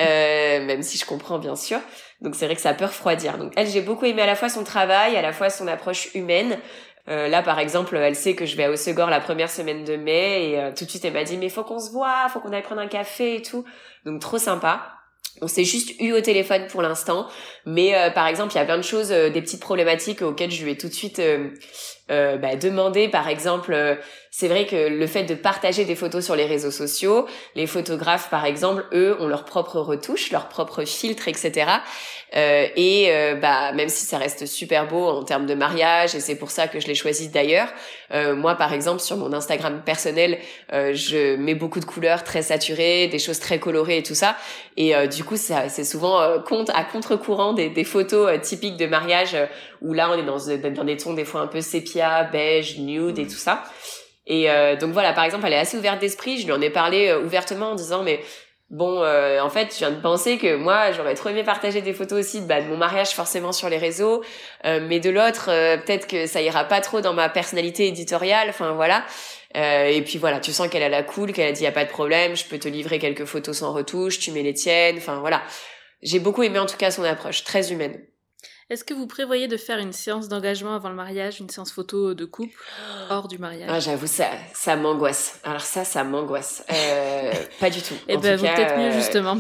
même si je comprends bien sûr. Donc c'est vrai que ça peut refroidir. Donc elle, j'ai beaucoup aimé à la fois son travail, à la fois son approche humaine. Euh, là, par exemple, elle sait que je vais à Hossegor la première semaine de mai et euh, tout de suite, elle m'a dit « mais faut qu'on se voit, faut qu'on aille prendre un café et tout ». Donc, trop sympa. On s'est juste eu au téléphone pour l'instant. Mais euh, par exemple, il y a plein de choses, euh, des petites problématiques auxquelles je lui ai tout de suite euh, euh, bah, demandé. Par exemple, euh, c'est vrai que le fait de partager des photos sur les réseaux sociaux, les photographes, par exemple, eux, ont leur propre retouche, leur propre filtre, et cetera. Euh, et euh, bah même si ça reste super beau en termes de mariage, et c'est pour ça que je l'ai choisi d'ailleurs, euh, moi par exemple sur mon Instagram personnel, euh, je mets beaucoup de couleurs très saturées, des choses très colorées et tout ça, et euh, du coup ça, c'est souvent euh, contre, à contre-courant des, des photos euh, typiques de mariage, euh, où là on est dans, dans des tons des fois un peu sépia, beige, nude et tout ça. Et euh, donc voilà, par exemple elle est assez ouverte d'esprit, je lui en ai parlé euh, ouvertement en disant mais bon, euh, en fait, je viens de penser que moi, j'aurais trop aimé partager des photos aussi de, bah, de mon mariage forcément sur les réseaux, euh, mais de l'autre, euh, peut-être que ça ira pas trop dans ma personnalité éditoriale, enfin voilà. Euh, et puis voilà, tu sens qu'elle a la cool, qu'elle a dit y a pas de problème, je peux te livrer quelques photos sans retouche, tu mets les tiennes, enfin voilà. J'ai beaucoup aimé en tout cas son approche, très humaine. Est-ce que vous prévoyez de faire une séance d'engagement avant le mariage, une séance photo de couple hors du mariage? Ah, j'avoue, ça, ça m'angoisse. Alors ça, ça m'angoisse. Euh, pas du tout. Eh ben, vaut peut-être mieux, euh... justement.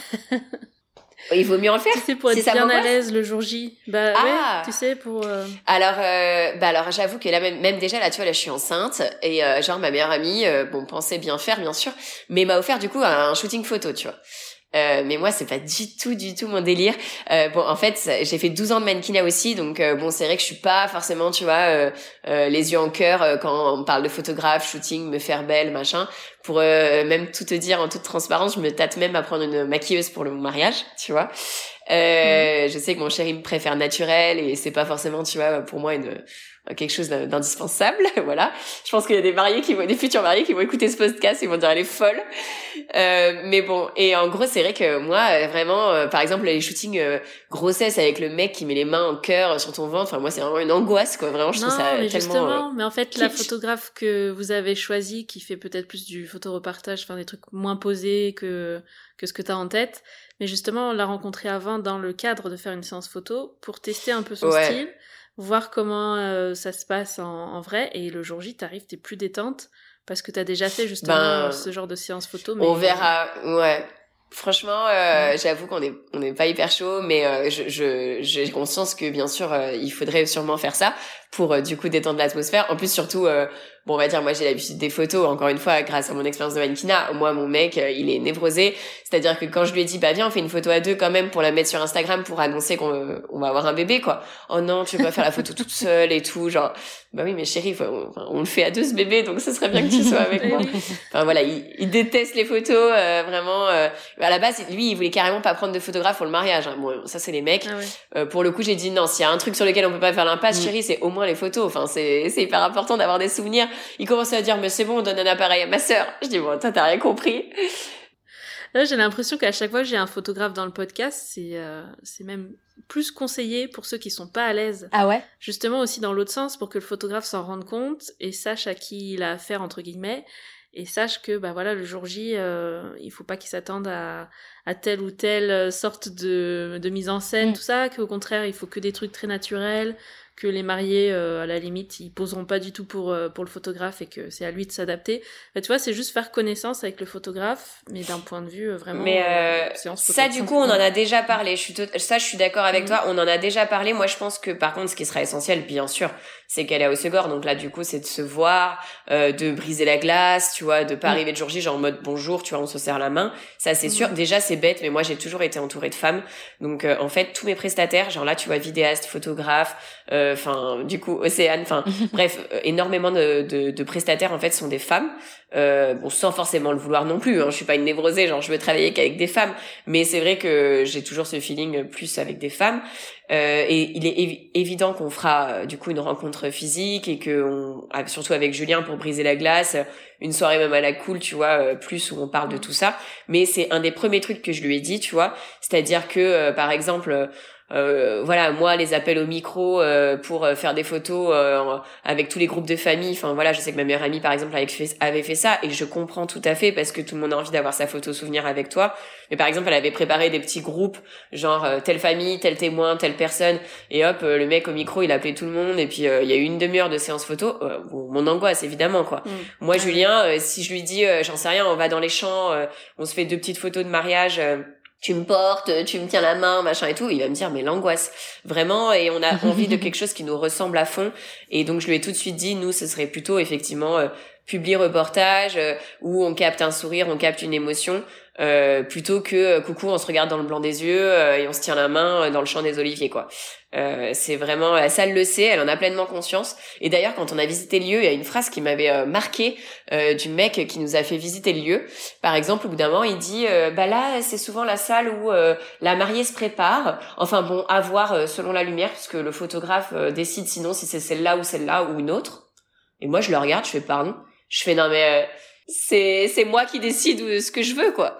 Il vaut mieux en faire. Tu sais, pour être si bien à l'aise le jour J. Bah ah. ouais, tu sais, pour... Euh... Alors, euh, bah alors, j'avoue que là, même, même déjà, là, tu vois, là, je suis enceinte. Et euh, genre, ma meilleure amie, euh, bon, pensait bien faire, bien sûr, mais m'a offert, du coup, un shooting photo, tu vois. Euh, mais moi c'est pas du tout du tout mon délire. Euh, bon en fait j'ai fait douze ans de mannequinat aussi, donc euh, bon c'est vrai que je suis pas forcément tu vois euh, euh, les yeux en cœur euh, quand on parle de photographe, shooting, me faire belle machin. Pour euh, même tout te dire en toute transparence, je me tâte même à prendre une maquilleuse pour le mariage, tu vois. Euh, mmh. Je sais que mon chéri me préfère naturel et c'est pas forcément tu vois pour moi une quelque chose d'indispensable, voilà. Je pense qu'il y a des mariés qui vont, des futurs mariés qui vont écouter ce podcast, ils vont dire elle est folle. Euh, mais bon, et en gros, c'est vrai que moi, vraiment, euh, par exemple, les shootings euh, grossesse avec le mec qui met les mains en cœur sur ton ventre, enfin moi, c'est vraiment une angoisse, quoi. Vraiment, je non, trouve ça mais tellement. Justement, euh, mais en fait, la photographe que vous avez choisie, qui fait peut-être plus du photoreportage, enfin des trucs moins posés que que ce que t'as en tête. Mais justement, on l'a rencontrée avant dans le cadre de faire une séance photo pour tester un peu son ouais. style. Voir comment euh, ça se passe en, en vrai, et le jour J, t'arrives, t'es plus détente, parce que t'as déjà fait justement ben, ce genre de séance photo. Mais... On verra, ouais. Franchement, euh, ouais. j'avoue qu'on est on n'est pas hyper chaud, mais euh, je je j'ai conscience que bien sûr euh, il faudrait sûrement faire ça pour euh, du coup détendre l'atmosphère. En plus surtout euh, bon on va dire moi j'ai l'habitude des photos, encore une fois grâce à mon expérience de mannequinat. Moi mon mec euh, il est névrosé, c'est-à-dire que quand je lui ai dit bah viens on fait une photo à deux quand même pour la mettre sur Instagram pour annoncer qu'on euh, on va avoir un bébé quoi. Oh non tu peux pas faire la photo toute seule et tout genre bah oui mais chérie faut, on, on le fait à deux ce bébé donc ce serait bien que tu sois avec moi. Enfin voilà il, il déteste les photos euh, vraiment. Euh, à la base lui il voulait carrément pas prendre de photographe pour le mariage. Hein. Bon ça c'est les mecs. Ah ouais. euh, pour le coup j'ai dit non s'il y a un truc sur lequel on peut pas faire l'impasse mmh. chérie c'est au moins les photos. Enfin c'est c'est hyper important d'avoir des souvenirs. Il commençait à dire mais c'est bon on donne un appareil à ma sœur. Je dis bon toi t'as rien compris. Là j'ai l'impression qu'à chaque fois que j'ai un photographe dans le podcast c'est euh, c'est même plus conseillé pour ceux qui sont pas à l'aise. Ah ouais. Justement aussi dans l'autre sens pour que le photographe s'en rende compte et sache à qui il a affaire entre guillemets. Et sache que bah voilà le jour J euh, il faut pas qu'il s'attende à à telle ou telle sorte de de mise en scène mmh. tout ça, qu'au contraire il faut que des trucs très naturels, que les mariés, euh, à la limite, ils poseront pas du tout pour euh, pour le photographe et que c'est à lui de s'adapter. Bah, tu vois, c'est juste faire connaissance avec le photographe, mais d'un point de vue euh, vraiment. Mais euh, euh, ça, du coup, on en a déjà parlé. Je suis tout... ça, je suis d'accord avec mmh. toi. On en a déjà parlé. Moi, je pense que par contre, ce qui sera essentiel, bien sûr, c'est qu'elle est à Hossegor. Donc là, du coup, c'est de se voir, euh, de briser la glace, tu vois, de pas mmh. arriver de jour J, genre en mode bonjour, tu vois, on se serre la main. Ça, c'est mmh. sûr. Déjà, c'est bête, mais moi, j'ai toujours été entourée de femmes. Donc, euh, en fait, tous mes prestataires, genre là, tu vois, vidéastes, photographes, enfin, euh, du coup, Océane, enfin, bref, euh, énormément de, de, de prestataires en fait sont des femmes. Euh, bon, sans forcément le vouloir non plus. Hein, je suis pas une névrosée, genre je veux travailler qu'avec des femmes. Mais c'est vrai que j'ai toujours ce feeling plus avec des femmes. Euh, et il est évi- évident qu'on fera du coup une rencontre physique et que, on, surtout avec Julien pour briser la glace, une soirée même à la cool, tu vois, plus où on parle de tout ça. Mais c'est un des premiers trucs que je lui ai dit, tu vois. C'est-à-dire que, euh, par exemple. Euh, voilà, moi les appels au micro euh, pour euh, faire des photos euh, avec tous les groupes de famille, enfin voilà, je sais que ma meilleure amie par exemple avait fait, avait fait ça et je comprends tout à fait parce que tout le monde a envie d'avoir sa photo souvenir avec toi, mais par exemple elle avait préparé des petits groupes genre euh, telle famille, tel témoin, telle personne et hop euh, le mec au micro il appelait tout le monde et puis il euh, y a eu une demi-heure de séance photo, euh, bon, mon angoisse évidemment quoi. Mmh. Moi Julien, euh, si je lui dis euh, j'en sais rien, on va dans les champs, euh, on se fait deux petites photos de mariage, euh, tu me portes, tu me tiens la main, machin et tout, il va me dire mais l'angoisse, vraiment, et on a envie de quelque chose qui nous ressemble à fond, et donc je lui ai tout de suite dit, nous ce serait plutôt effectivement euh, publi reportage euh, où on capte un sourire, on capte une émotion, euh, plutôt que euh, coucou on se regarde dans le blanc des yeux euh, et on se tient la main euh, dans le champ des oliviers quoi. Euh, c'est vraiment, ça elle le sait, elle en a pleinement conscience. Et d'ailleurs quand on a visité le lieu, il y a une phrase qui m'avait euh, marqué euh, du mec qui nous a fait visiter le lieu. Par exemple, au bout d'un moment il dit euh, bah là c'est souvent la salle où euh, la mariée se prépare. Enfin bon, à voir euh, selon la lumière puisque le photographe euh, décide sinon si c'est celle-là ou celle-là ou une autre. Et moi je le regarde, je fais pardon, je fais non mais euh, c'est c'est moi qui décide ce que je veux quoi.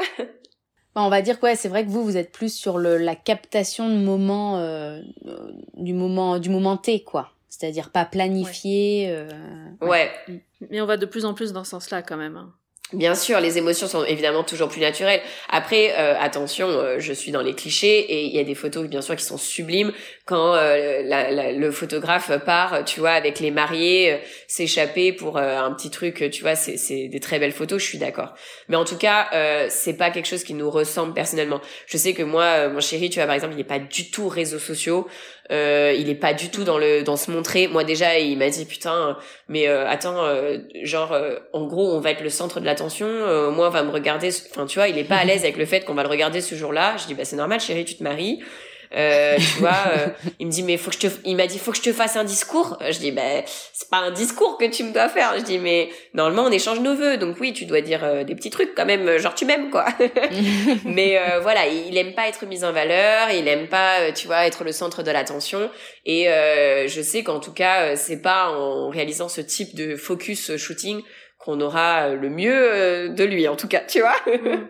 On va dire que ouais, c'est vrai que vous vous êtes plus sur le la captation de moment euh, du moment du moment T quoi. C'est-à-dire pas planifié ouais. Euh, ouais. ouais. Mais on va de plus en plus dans ce sens-là quand même. Hein. Bien sûr, les émotions sont évidemment toujours plus naturelles. Après, euh, attention, euh, je suis dans les clichés et il y a des photos bien sûr qui sont sublimes quand euh, la, la, le photographe part, tu vois, avec les mariés, euh, s'échapper pour euh, un petit truc, tu vois, c'est, c'est des très belles photos, je suis d'accord. Mais en tout cas, euh, c'est pas quelque chose qui nous ressemble personnellement. Je sais que moi, euh, mon chéri, tu vois, par exemple, il est pas du tout réseaux sociaux. Euh, il est pas du tout dans le dans se montrer. Moi déjà il m'a dit putain mais euh, attends euh, genre euh, en gros on va être le centre de l'attention, euh, moi on va me regarder, enfin tu vois il est pas à l'aise avec le fait qu'on va le regarder ce jour-là. Je dis bah c'est normal chérie, tu te maries. Euh, tu vois, euh, il me dit mais faut que je te, il m'a dit faut que je te fasse un discours. Je dis ben bah, c'est pas un discours que tu me dois faire. Je dis mais normalement on échange nos vœux, donc oui tu dois dire euh, des petits trucs quand même, genre tu m'aimes quoi. Mais euh, voilà, il aime pas être mis en valeur, il aime pas, euh, tu vois, être le centre de l'attention. Et euh, je sais qu'en tout cas c'est pas en réalisant ce type de focus shooting qu'on aura le mieux de lui en tout cas, tu vois.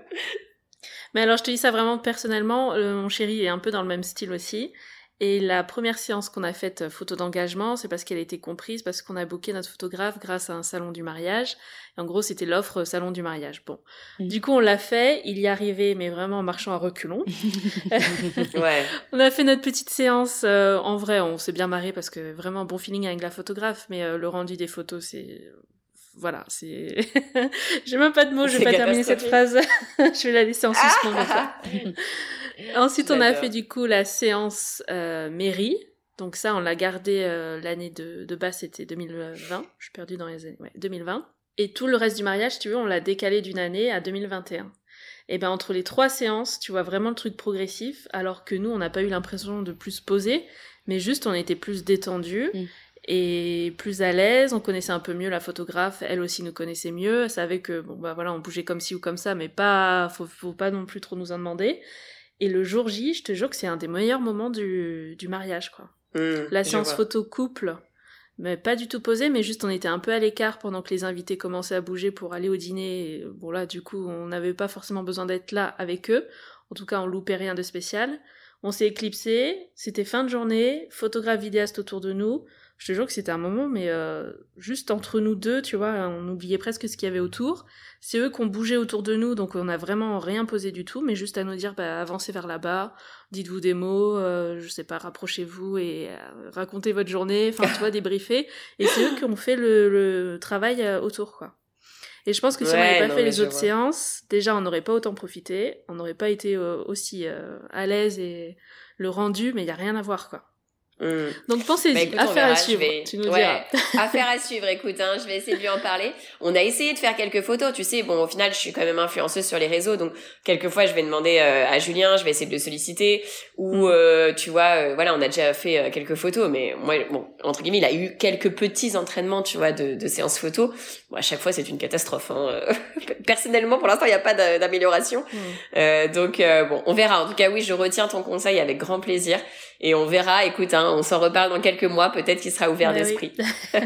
Mais alors je te dis ça vraiment personnellement, euh, mon chéri est un peu dans le même style aussi. Et la première séance qu'on a faite photo d'engagement, c'est parce qu'elle a été comprise, parce qu'on a booké notre photographe grâce à un salon du mariage. Et en gros, c'était l'offre salon du mariage. Bon, mmh. Du coup, on l'a fait, il y arrivait, mais vraiment en marchant à reculons. Ouais. On a fait notre petite séance. Euh, en vrai, on s'est bien marré parce que vraiment bon feeling avec la photographe, mais euh, le rendu des photos, c'est... Voilà, c'est... J'ai même pas de mots, je vais pas terminer cette phrase. Je vais la laisser en suspens. Ah Ensuite, on a fait du coup la séance euh, mairie. Donc ça, on l'a gardé euh, l'année de, de base, c'était deux mille vingt. Je suis perdue dans les années... Ouais, deux mille vingt. Et tout le reste du mariage, tu veux, on l'a décalé d'une année à deux mille vingt et un. Et ben entre les trois séances, tu vois vraiment le truc progressif, alors que nous, on n'a pas eu l'impression de plus poser, mais juste on était plus détendus. Mm. Et plus à l'aise, on connaissait un peu mieux la photographe, elle aussi nous connaissait mieux, elle savait que bon bah voilà on bougeait comme ci ou comme ça, mais pas faut, faut pas non plus trop nous en demander. Et le jour J, je te jure que c'est un des meilleurs moments du, du mariage quoi. Mmh, la séance photo couple, mais pas du tout posée, mais juste on était un peu à l'écart pendant que les invités commençaient à bouger pour aller au dîner. Et bon là du coup on n'avait pas forcément besoin d'être là avec eux, en tout cas on loupait rien de spécial. On s'est éclipsé, c'était fin de journée, photographe vidéaste autour de nous. je te jure que c'était un moment, mais euh, juste entre nous deux, tu vois, on oubliait presque ce qu'il y avait autour. C'est eux qui ont bougé autour de nous, donc on n'a vraiment rien posé du tout, mais juste à nous dire, bah, avancez vers là-bas, dites-vous des mots, euh, je sais pas, rapprochez-vous et euh, racontez votre journée, enfin, tu vois, débriefez. Et c'est eux qui ont fait le, le travail euh, autour, quoi. Et je pense que si ouais, on n'avait pas non, fait les autres vois. séances, déjà, on n'aurait pas autant profité, on n'aurait pas été euh, aussi euh, à l'aise et le rendu, mais il y a rien à voir, quoi. Mmh. Donc pensez-y, bah, écoute, affaire verra, à suivre, vais... tu nous ouais, diras. Affaire à suivre, écoute, hein, je vais essayer de lui en parler. On a essayé de faire quelques photos, tu sais, bon, au final, je suis quand même influenceuse sur les réseaux, donc quelquefois, je vais demander euh, à Julien, je vais essayer de le solliciter, ou, mmh. euh, tu vois, euh, voilà, on a déjà fait euh, quelques photos, mais moi, bon, entre guillemets, il a eu quelques petits entraînements, tu vois, de, de séances photos. Bon, à chaque fois, c'est une catastrophe, hein. Personnellement, pour l'instant, il n'y a pas d'amélioration. Mmh. Euh, donc, euh, bon, on verra. En tout cas, oui, je retiens ton conseil avec grand plaisir. Et on verra, écoute, hein, on s'en reparle dans quelques mois, peut-être qu'il sera ouvert ouais, d'esprit. Oui.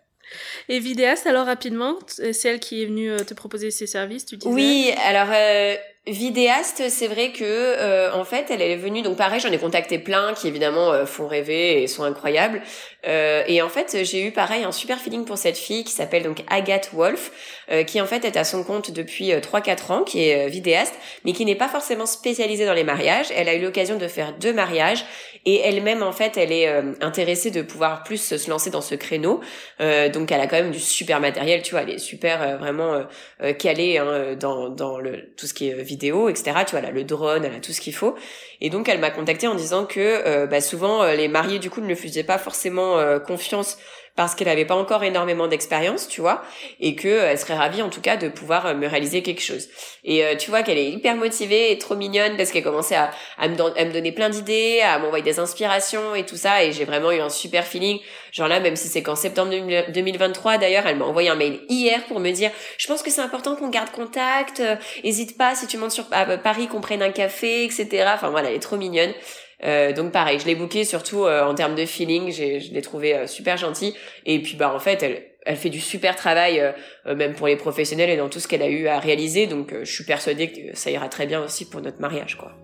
Et Vidéaste, alors rapidement, c'est elle qui est venue te proposer ses services, tu disais? Oui, alors euh, Vidéaste, c'est vrai que euh, en fait, elle est venue, donc pareil, j'en ai contacté plein qui évidemment euh, font rêver et sont incroyables. Euh, et en fait, j'ai eu pareil un super feeling pour cette fille qui s'appelle donc Agathe Wolf, euh, qui en fait est à son compte depuis euh, trois quatre ans, qui est euh, vidéaste, mais qui n'est pas forcément spécialisée dans les mariages. Elle a eu l'occasion de faire deux mariages et elle-même en fait, elle est euh, intéressée de pouvoir plus se lancer dans ce créneau. Euh, donc elle a quand même du super matériel, tu vois, elle est super euh, vraiment euh, calée hein, dans dans le tout ce qui est vidéo, et cetera. Tu vois, elle a le drone, elle a tout ce qu'il faut. Et donc elle m'a contactée en disant que euh, bah, souvent euh, les mariés du coup ne lui faisaient pas forcément euh, confiance parce qu'elle avait pas encore énormément d'expérience, tu vois, et que euh, elle serait ravie en tout cas de pouvoir euh, me réaliser quelque chose. Et euh, tu vois qu'elle est hyper motivée et trop mignonne parce qu'elle commençait à, à, me, don- à me donner plein d'idées, à m'envoyer des inspirations et tout ça, et j'ai vraiment eu un super feeling. Genre là, même si c'est qu'en septembre deux mille vingt-trois, d'ailleurs, elle m'a envoyé un mail hier pour me dire « Je pense que c'est important qu'on garde contact, euh, hésite pas si tu montes sur à Paris qu'on prenne un café, et cetera » Enfin voilà, elle est trop mignonne. Euh, donc pareil, je l'ai bookée surtout euh, en termes de feeling, j'ai, je l'ai trouvée euh, super gentille. Et puis bah en fait, elle, elle fait du super travail, euh, euh, même pour les professionnels et dans tout ce qu'elle a eu à réaliser. Donc euh, je suis persuadée que ça ira très bien aussi pour notre mariage, quoi.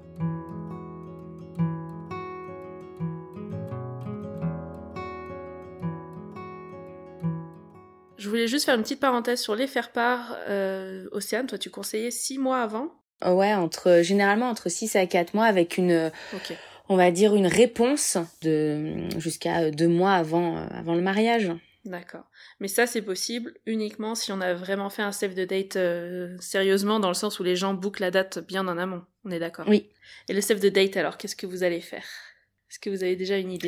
Je voulais juste faire une petite parenthèse sur les faire-part. Euh, Océane, toi, tu conseillais six mois avant ? Ouais, entre généralement entre six à quatre mois avec une, okay. on va dire une réponse de jusqu'à deux mois avant avant le mariage. D'accord. Mais ça, c'est possible uniquement si on a vraiment fait un save the date euh, sérieusement, dans le sens où les gens bookent la date bien en amont. On est d'accord ? Oui. Et le save the date, alors, qu'est-ce que vous allez faire ? Est-ce que vous avez déjà une idée ?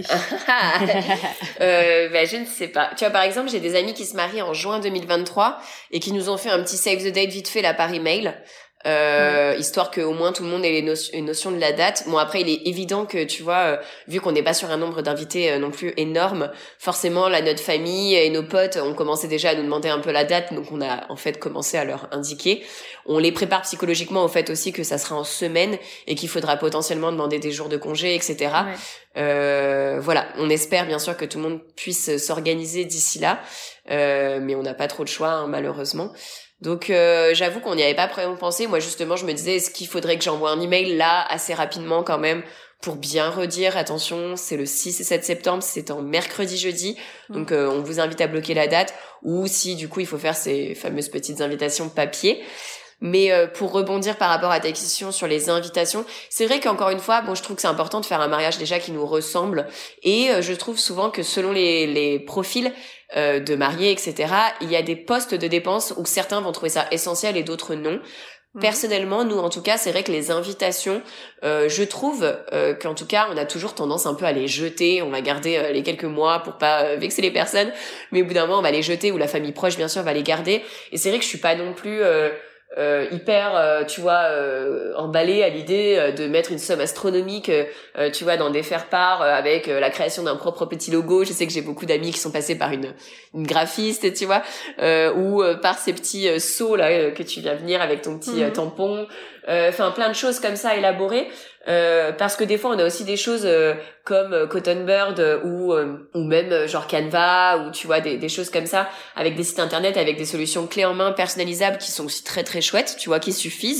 euh, ben, je ne sais pas. Tu vois, par exemple, j'ai des amis qui se marient en juin deux mille vingt-trois et qui nous ont fait un petit save the date vite fait là par email. Euh, ouais. Histoire que au moins tout le monde ait les no- une notion de la date. Bon, après il est évident que tu vois, euh, vu qu'on n'est pas sur un nombre d'invités euh, non plus énorme, forcément là notre famille et nos potes ont commencé déjà à nous demander un peu la date, donc on a en fait commencé à leur indiquer. On les prépare psychologiquement au fait aussi que ça sera en semaine et qu'il faudra potentiellement demander des jours de congé, et cetera. Ouais. Euh, voilà, on espère bien sûr que tout le monde puisse s'organiser d'ici là, euh, mais on n'a pas trop de choix hein, malheureusement. Donc euh, j'avoue qu'on n'y avait pas vraiment pensé. Moi justement je me disais est-ce qu'il faudrait que j'envoie un email là assez rapidement quand même pour bien redire attention c'est le six et sept septembre, c'est en mercredi jeudi mmh. donc euh, on vous invite à bloquer la date, ou si du coup il faut faire ces fameuses petites invitations papier. Mais euh, pour rebondir par rapport à ta question sur les invitations, c'est vrai qu'encore une fois, bon, je trouve que c'est important de faire un mariage déjà qui nous ressemble, et euh, je trouve souvent que selon les, les profils euh, de mariés, et cetera, il y a des postes de dépenses où certains vont trouver ça essentiel et d'autres non. Mmh. Personnellement, nous en tout cas, c'est vrai que les invitations, euh, je trouve euh, qu'en tout cas, on a toujours tendance un peu à les jeter. On va garder euh, les quelques mois pour pas euh, vexer les personnes, mais au bout d'un moment, on va les jeter, ou la famille proche, bien sûr, va les garder. Et c'est vrai que je suis pas non plus euh, Euh, hyper euh, tu vois euh, emballée à l'idée euh, de mettre une somme astronomique euh, tu vois dans des faire-part euh, avec euh, la création d'un propre petit logo. Je sais que j'ai beaucoup d'amis qui sont passés par une une graphiste, tu vois, euh, ou euh, par ces petits euh, seaux là euh, que tu viens venir avec ton petit mmh. euh, tampon, enfin euh, plein de choses comme ça élaborées. Euh, parce que des fois on a aussi des choses euh, comme euh, Cotton Bird euh, ou euh, ou même euh, genre Canva, ou tu vois des des choses comme ça avec des sites internet avec des solutions clés en main personnalisables qui sont aussi très très chouettes, tu vois, qui suffisent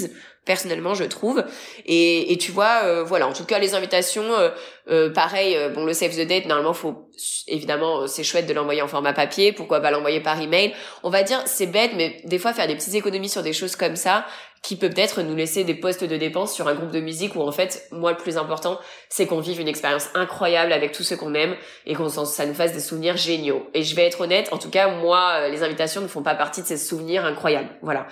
personnellement je trouve. Et, et tu vois, euh, voilà, en tout cas les invitations, euh, euh, pareil, euh, bon le save the date, normalement faut évidemment c'est chouette de l'envoyer en format papier, pourquoi pas l'envoyer par email. On va dire c'est bête, mais des fois faire des petites économies sur des choses comme ça, qui peut peut-être nous laisser des postes de dépenses sur un groupe de musique où en fait, moi le plus important, c'est qu'on vive une expérience incroyable avec tous ceux qu'on aime et qu'on ça nous fasse des souvenirs géniaux. Et je vais être honnête, en tout cas moi, les invitations ne font pas partie de ces souvenirs incroyables. Voilà.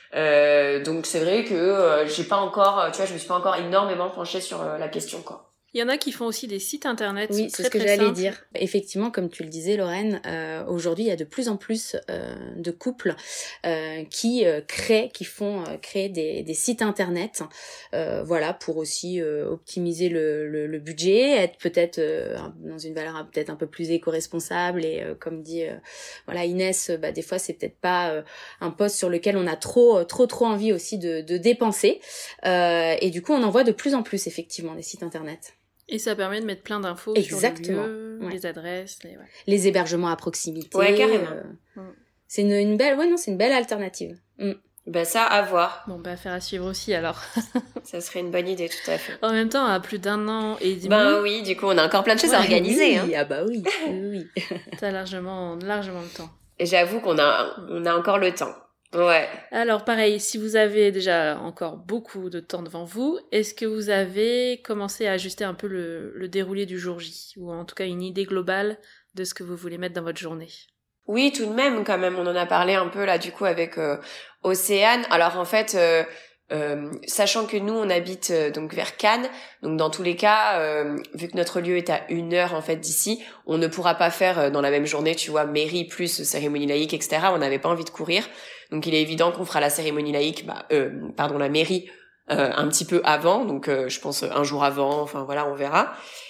Euh, donc c'est vrai que euh, j'ai pas encore, tu vois, je me suis pas encore énormément penchée sur euh, la question, quoi. Il y en a qui font aussi des sites internet. Oui, très, c'est ce que très j'allais simples. dire. Effectivement, comme tu le disais, Lorraine, euh, aujourd'hui, il y a de plus en plus euh, de couples euh, qui euh, créent, qui font euh, créer des, des sites internet, euh, voilà, pour aussi euh, optimiser le, le, le budget, être peut-être euh, dans une valeur peut-être un peu plus éco-responsable et euh, comme dit, euh, voilà, Inès, bah des fois c'est peut-être pas euh, un poste sur lequel on a trop, trop, trop envie aussi de, de dépenser, euh, et du coup, on en voit de plus en plus effectivement des sites internet. Et ça permet de mettre plein d'infos Exactement. sur le lieu, Ouais. les adresses, les... Ouais. Les hébergements à proximité. Ouais, carrément. Euh, Mm. c'est une, une belle, ouais non, c'est une belle alternative. Mm. Ben ça, à voir. Bon, bah, affaire à suivre aussi, alors. Ça serait une bonne idée, tout à fait. En même temps, à plus d'un an et demi, Ben oui, du coup, on a encore plein de choses à Ouais, organiser. oui, Hein. ah bah oui, oui, oui. t'as largement, largement le temps. Et j'avoue qu'on a, on a encore le temps. Ouais. Alors, pareil, si vous avez déjà encore beaucoup de temps devant vous, est-ce que vous avez commencé à ajuster un peu le, le déroulé du jour J, ou en tout cas une idée globale de ce que vous voulez mettre dans votre journée? Oui, tout de même, quand même, on en a parlé un peu là, du coup, avec euh, Océane. Alors, en fait, euh, euh, sachant que nous, on habite euh, donc vers Cannes, donc dans tous les cas, euh, vu que notre lieu est à une heure en fait d'ici, on ne pourra pas faire euh, dans la même journée, tu vois, mairie plus cérémonie laïque, et cetera. On n'avait pas envie de courir, donc il est évident qu'on fera la cérémonie laïque, bah, euh, pardon, la mairie euh, un petit peu avant, donc euh, je pense un jour avant. Enfin voilà, on verra.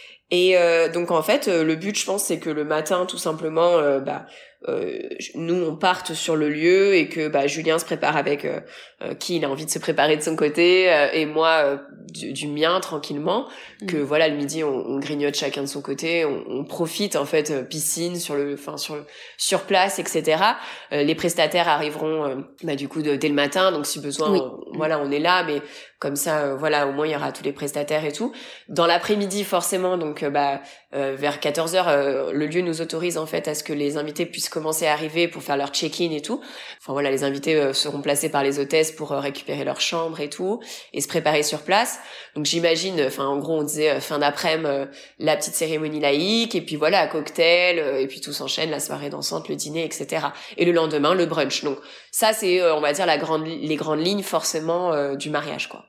Et euh, donc en fait, euh, le but, je pense, c'est que le matin, tout simplement, euh, bah, euh, nous on parte sur le lieu et que bah, Julien se prépare avec euh, euh, qui il a envie de se préparer de son côté euh, et moi euh, du, du mien tranquillement. Mmh. Que voilà, le midi, on, on grignote chacun de son côté, on, on profite en fait euh, piscine sur le, enfin sur le, sur place, et cetera. Euh, les prestataires arriveront euh, bah, du coup de, dès le matin, donc si besoin, oui. on, voilà, on est là, mais comme ça, euh, voilà, au moins il y aura tous les prestataires et tout. Dans l'après-midi, forcément, donc euh, bah euh, vers quatorze heures, euh, le lieu nous autorise en fait à ce que les invités puissent commencer à arriver pour faire leur check-in et tout. Enfin voilà, les invités euh, seront placés par les hôtesses pour euh, récupérer leur chambre et tout et se préparer sur place. Donc j'imagine, enfin en gros on disait euh, fin d'après-midi euh, la petite cérémonie laïque et puis voilà cocktail euh, et puis tout s'enchaîne, la soirée dansante, le dîner, et cetera. Et le lendemain le brunch. Donc ça c'est euh, on va dire la grande les grandes lignes forcément euh, du mariage quoi.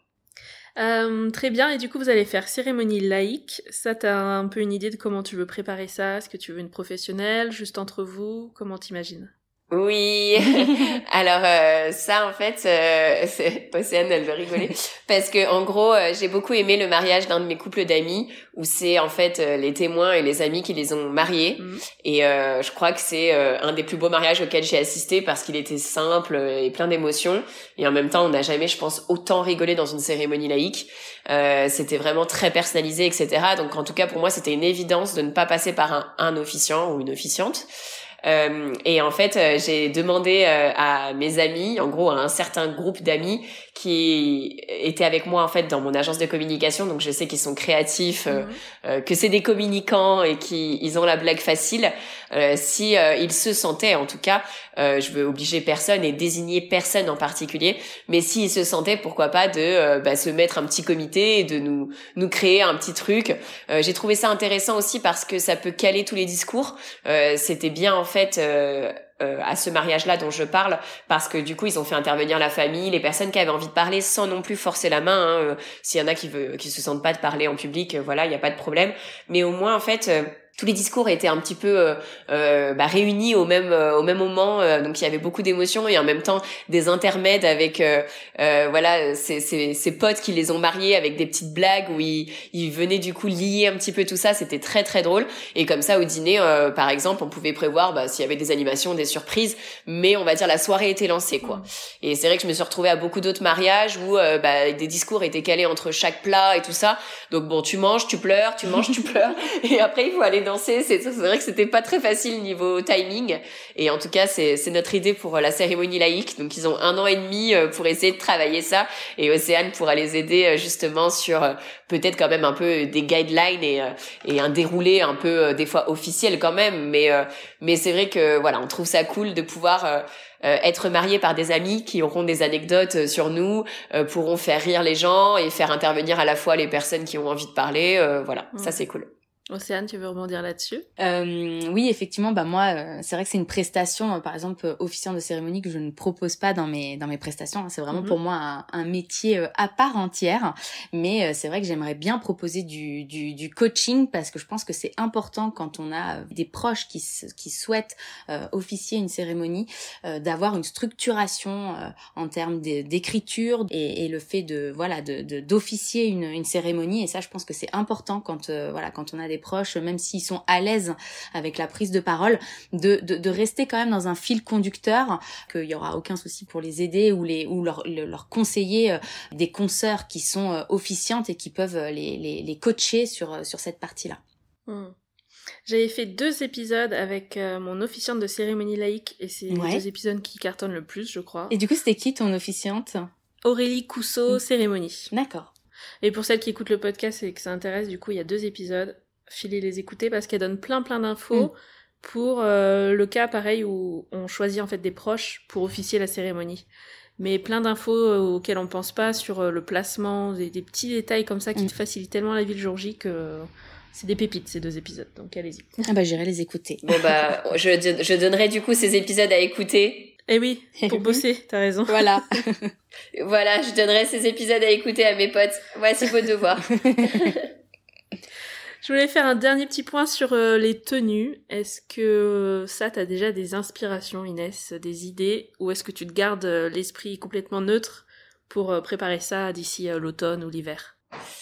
Euh, très bien, et du coup vous allez faire cérémonie laïque. Ça, t'as un peu une idée de comment tu veux préparer ça? Est-ce que tu veux une professionnelle, juste entre vous? Comment t'imagines? Oui, alors euh, ça en fait, euh, c'est... Océane elle veut rigoler parce que en gros euh, j'ai beaucoup aimé le mariage d'un de mes couples d'amis où c'est en fait euh, les témoins et les amis qui les ont mariés mmh. et euh, je crois que c'est euh, un des plus beaux mariages auxquels j'ai assisté parce qu'il était simple et plein d'émotions et en même temps on n'a jamais je pense autant rigolé dans une cérémonie laïque. Euh, c'était vraiment très personnalisé, et cetera. Donc en tout cas pour moi c'était une évidence de ne pas passer par un, un officiant ou une officiante. Euh, et en fait, euh, j'ai demandé euh, à mes amis, en gros à un certain groupe d'amis qui étaient avec moi en fait dans mon agence de communication, donc je sais qu'ils sont créatifs, euh, mmh. euh, que c'est des communicants et qui ils ont la blague facile. Euh, si euh, ils se sentaient, en tout cas, euh, je veux obliger personne et désigner personne en particulier, mais s'ils se sentaient, pourquoi pas de euh, bah, se mettre un petit comité et de nous nous créer un petit truc. Euh, j'ai trouvé ça intéressant aussi parce que ça peut caler tous les discours. Euh, c'était bien en fait. Euh, Euh, à ce mariage-là dont je parle, parce que du coup ils ont fait intervenir la famille, les personnes qui avaient envie de parler sans non plus forcer la main. Hein, euh, s'il y en a qui veut, qui se sentent pas de parler en public, euh, voilà, il y a pas de problème. Mais au moins en fait. Euh, tous les discours étaient un petit peu euh, euh, bah, réunis au même euh, au même moment, euh, donc il y avait beaucoup d'émotions et en même temps des intermèdes avec euh, euh, voilà ces, ces ces potes qui les ont mariés avec des petites blagues où ils ils venaient du coup lier un petit peu tout ça. C'était très très drôle et comme ça au dîner euh, par exemple on pouvait prévoir bah, s'il y avait des animations, des surprises, mais on va dire la soirée était lancée quoi. Et c'est vrai que je me suis retrouvée à beaucoup d'autres mariages où euh, bah, des discours étaient calés entre chaque plat et tout ça. Donc bon tu manges, tu pleures, tu manges, tu pleures et après il faut aller danser. C'est, c'est vrai que c'était pas très facile niveau timing. Et en tout cas, c'est, c'est notre idée pour la cérémonie laïque. Donc, ils ont un an et demi pour essayer de travailler ça. Et Océane pourra les aider justement sur peut-être quand même un peu des guidelines et, et un déroulé un peu des fois officiel quand même. Mais, mais c'est vrai que voilà, on trouve ça cool de pouvoir Euh, être mariés par des amis qui auront des anecdotes sur nous, euh, pourront faire rire les gens et faire intervenir à la fois les personnes qui ont envie de parler. Euh, voilà, mmh. Ça c'est cool. Océane, tu veux rebondir là-dessus? euh, Oui, effectivement, bah moi, euh, c'est vrai que c'est une prestation, euh, par exemple, euh, officiant de cérémonie que je ne propose pas dans mes dans mes prestations. Hein. C'est vraiment mm-hmm. pour moi un, un métier euh, à part entière. Mais euh, c'est vrai que j'aimerais bien proposer du, du du coaching parce que je pense que c'est important quand on a des proches qui qui souhaitent euh, officier une cérémonie, euh, d'avoir une structuration euh, en termes de, d'écriture et, et le fait de voilà de, de d'officier une une cérémonie. Et ça, je pense que c'est important quand euh, voilà quand on a des proches, même s'ils sont à l'aise avec la prise de parole, de, de, de rester quand même dans un fil conducteur, qu'il y aura aucun souci pour les aider ou les ou leur, leur conseiller euh, des consoeurs qui sont euh, officiantes et qui peuvent les, les, les coacher sur, sur cette partie-là. Mmh. J'avais fait deux épisodes avec euh, mon officiante de cérémonie laïque et c'est ouais. les deux épisodes qui cartonnent le plus, je crois. Et du coup, c'était qui ton officiante? Aurélie Cousseau, mmh. cérémonie. D'accord. Et pour celles qui écoutent le podcast et que ça intéresse, du coup, il y a deux épisodes. Filez les écouter parce qu'elle donne plein plein d'infos mmh. pour euh, le cas pareil où on choisit en fait des proches pour officier la cérémonie. Mais plein d'infos euh, auxquelles on pense pas sur euh, le placement, des, des petits détails comme ça qui mmh. te facilitent tellement la vie le jour J que euh, c'est des pépites ces deux épisodes. Donc allez-y. Ah bah j'irai les écouter. Bon bah je, je donnerai du coup ces épisodes à écouter. Eh oui, pour bosser, t'as raison. Voilà. Voilà, je donnerai ces épisodes à écouter à mes potes. Voici vos devoirs. Je voulais faire un dernier petit point sur euh, les tenues. Est-ce que ça, t'as déjà des inspirations, Inès, des idées, ou est-ce que tu te gardes euh, l'esprit complètement neutre pour euh, préparer ça d'ici euh, l'automne ou l'hiver?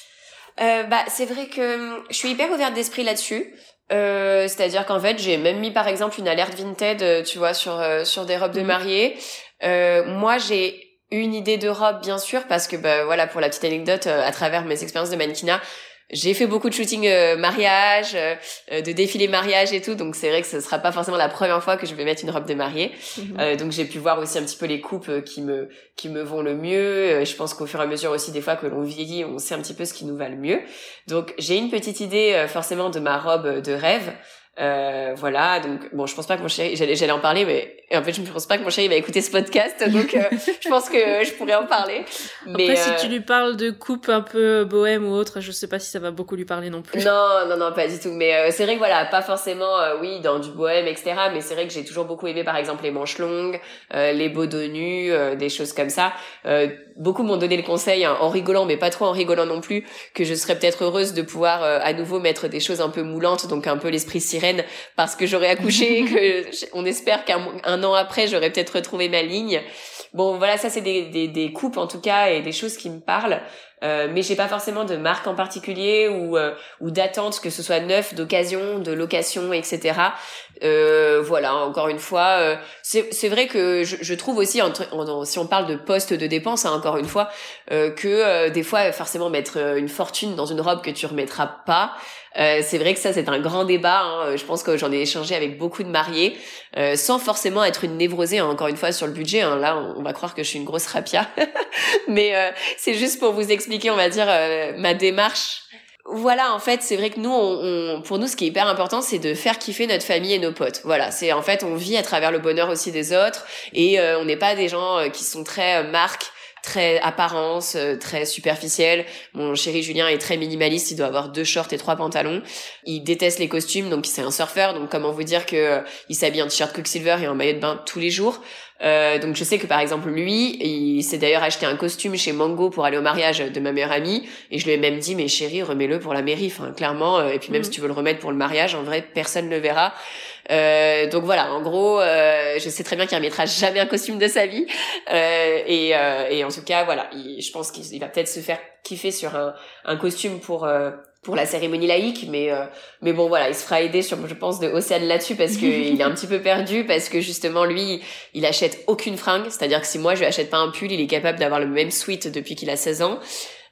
euh, Bah, c'est vrai que je suis hyper ouverte d'esprit là-dessus. Euh, c'est-à-dire qu'en fait, j'ai même mis par exemple une alerte Vinted, tu vois, sur euh, sur des robes mmh. de mariée. Euh, moi, j'ai une idée de robe, bien sûr, parce que bah voilà, pour la petite anecdote, euh, à travers mes expériences de mannequinat, j'ai fait beaucoup de shooting euh, mariage, euh, de défilés mariage et tout, donc c'est vrai que ce sera pas forcément la première fois que je vais mettre une robe de mariée. Mmh. Euh, donc j'ai pu voir aussi un petit peu les coupes qui me qui me vont le mieux. Euh, je pense qu'au fur et à mesure aussi des fois que l'on vieillit, on sait un petit peu ce qui nous va le mieux. Donc j'ai une petite idée euh, forcément de ma robe de rêve. Euh, voilà, donc bon, je pense pas que mon chéri, j'allais, j'allais en parler, mais en fait, je ne pense pas que mon chéri va écouter ce podcast, donc euh, je pense que je pourrais en parler. Mais après, euh... si tu lui parles de coupe un peu bohème ou autre, je sais pas si ça va beaucoup lui parler non plus. Non, non, non, pas du tout. Mais euh, c'est vrai que voilà, pas forcément, euh, oui, dans du bohème, et cetera. Mais c'est vrai que j'ai toujours beaucoup aimé, par exemple, les manches longues, euh, les beaux dos nus, euh, des choses comme ça. Euh, beaucoup m'ont donné le conseil, hein, en rigolant, mais pas trop en rigolant non plus, que je serais peut-être heureuse de pouvoir euh, à nouveau mettre des choses un peu moulantes, donc un peu l'esprit sirène, parce que j'aurais accouché, que on espère qu'un un an après j'aurais peut-être retrouvé ma ligne. Bon voilà, ça c'est des des des coupes en tout cas et des choses qui me parlent. Euh, mais j'ai pas forcément de marque en particulier ou euh, ou d'attente, que ce soit neuf, d'occasion, de location, et cetera. Euh, voilà, encore une fois, euh, c'est c'est vrai que je, je trouve aussi, entre, en, si on parle de poste de dépense, hein, encore une fois, euh, que euh, des fois forcément mettre une fortune dans une robe que tu remettras pas. Euh, c'est vrai que ça c'est un grand débat, hein. Je pense que j'en ai échangé avec beaucoup de mariés, euh, sans forcément être une névrosée, hein, encore une fois sur le budget, hein. Là on, on va croire que je suis une grosse rapia, mais euh, c'est juste pour vous expliquer, on va dire, euh, ma démarche. Voilà, en fait, c'est vrai que nous, on, on, pour nous, ce qui est hyper important, c'est de faire kiffer notre famille et nos potes. Voilà, c'est en fait, on vit à travers le bonheur aussi des autres, et euh, on n'est pas des gens euh, qui sont très euh, marques, très apparence, euh, très superficielle. Mon chéri Julien est très minimaliste, il doit avoir deux shorts et trois pantalons. Il déteste les costumes, donc c'est un surfeur, donc comment vous dire que euh, il s'habille en t-shirt Quicksilver et en maillot de bain tous les jours. Euh, donc je sais que par exemple lui, il s'est d'ailleurs acheté un costume chez Mango pour aller au mariage de ma meilleure amie, et je lui ai même dit mais chérie, remets-le pour la mairie, enfin clairement, euh, et puis même mmh. si tu veux le remettre pour le mariage, en vrai personne ne le verra. Euh, donc voilà, en gros, euh, je sais très bien qu'il remettra jamais un costume de sa vie, euh, et, euh, et en tout cas voilà, il, je pense qu'il va peut-être se faire kiffer sur un, un costume pour euh, pour la cérémonie laïque, mais euh, mais bon voilà, il se fera aider sur, je pense, de Océane là-dessus, parce que il est un petit peu perdu, parce que justement lui, il achète aucune fringue, c'est-à-dire que si moi je lui achète pas un pull, il est capable d'avoir le même sweat depuis qu'il a seize ans.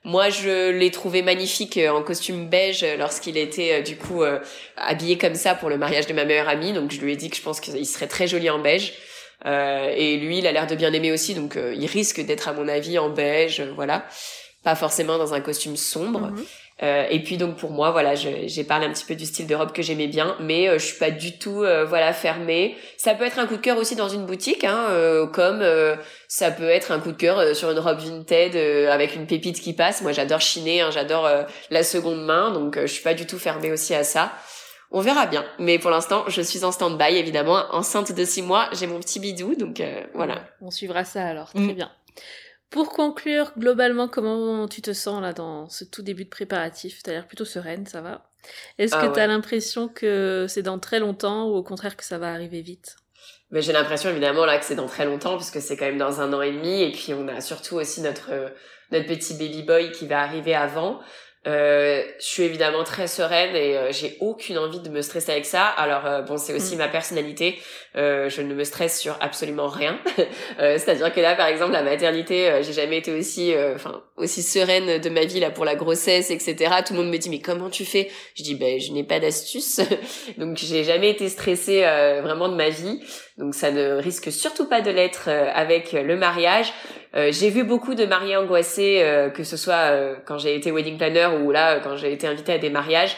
Moi, je l'ai trouvé magnifique en costume beige lorsqu'il était du coup euh, habillé comme ça pour le mariage de ma meilleure amie. Donc, je lui ai dit que je pense qu'il serait très joli en beige. Euh, et lui, il a l'air de bien aimer aussi. Donc, euh, il risque d'être, à mon avis, en beige. Euh, voilà. Pas forcément dans un costume sombre. Mm-hmm. Euh, et puis donc pour moi, voilà, je, j'ai parlé un petit peu du style de robe que j'aimais bien, mais euh, je suis pas du tout, euh, voilà, fermée. Ça peut être un coup de cœur aussi dans une boutique, hein, euh, comme euh, ça peut être un coup de cœur euh, sur une robe Vinted euh, avec une pépite qui passe. Moi, j'adore chiner, hein, j'adore euh, la seconde main, donc euh, je suis pas du tout fermée aussi à ça. On verra bien, mais pour l'instant, je suis en stand-by, évidemment, enceinte de six mois, j'ai mon petit bidou, donc euh, voilà. On suivra ça alors, très mmh. bien. Pour conclure, globalement, comment tu te sens là dans ce tout début de préparatif ? T'as l'air plutôt sereine, ça va ? Est-ce ah, que t'as ouais. l'impression que c'est dans très longtemps ou au contraire que ça va arriver vite ? Mais j'ai l'impression évidemment là que c'est dans très longtemps puisque c'est quand même dans un an et demi et puis on a surtout aussi notre euh, notre petit baby boy qui va arriver avant. Euh, je suis évidemment très sereine et euh, j'ai aucune envie de me stresser avec ça. Alors euh, bon, c'est aussi mmh. ma personnalité. Euh, je ne me stresse sur absolument rien. euh, c'est-à-dire que là, par exemple, la maternité, euh, j'ai jamais été aussi, enfin, euh, aussi sereine de ma vie là pour la grossesse, et cetera. Tout le monde me dit mais comment tu fais ? Je dis ben je n'ai pas d'astuce. Donc j'ai jamais été stressée euh, vraiment de ma vie. Donc ça ne risque surtout pas de l'être euh, avec le mariage. Euh, j'ai vu beaucoup de mariés angoissés, euh, que ce soit euh, quand j'ai été wedding planner ou là quand j'ai été invitée à des mariages.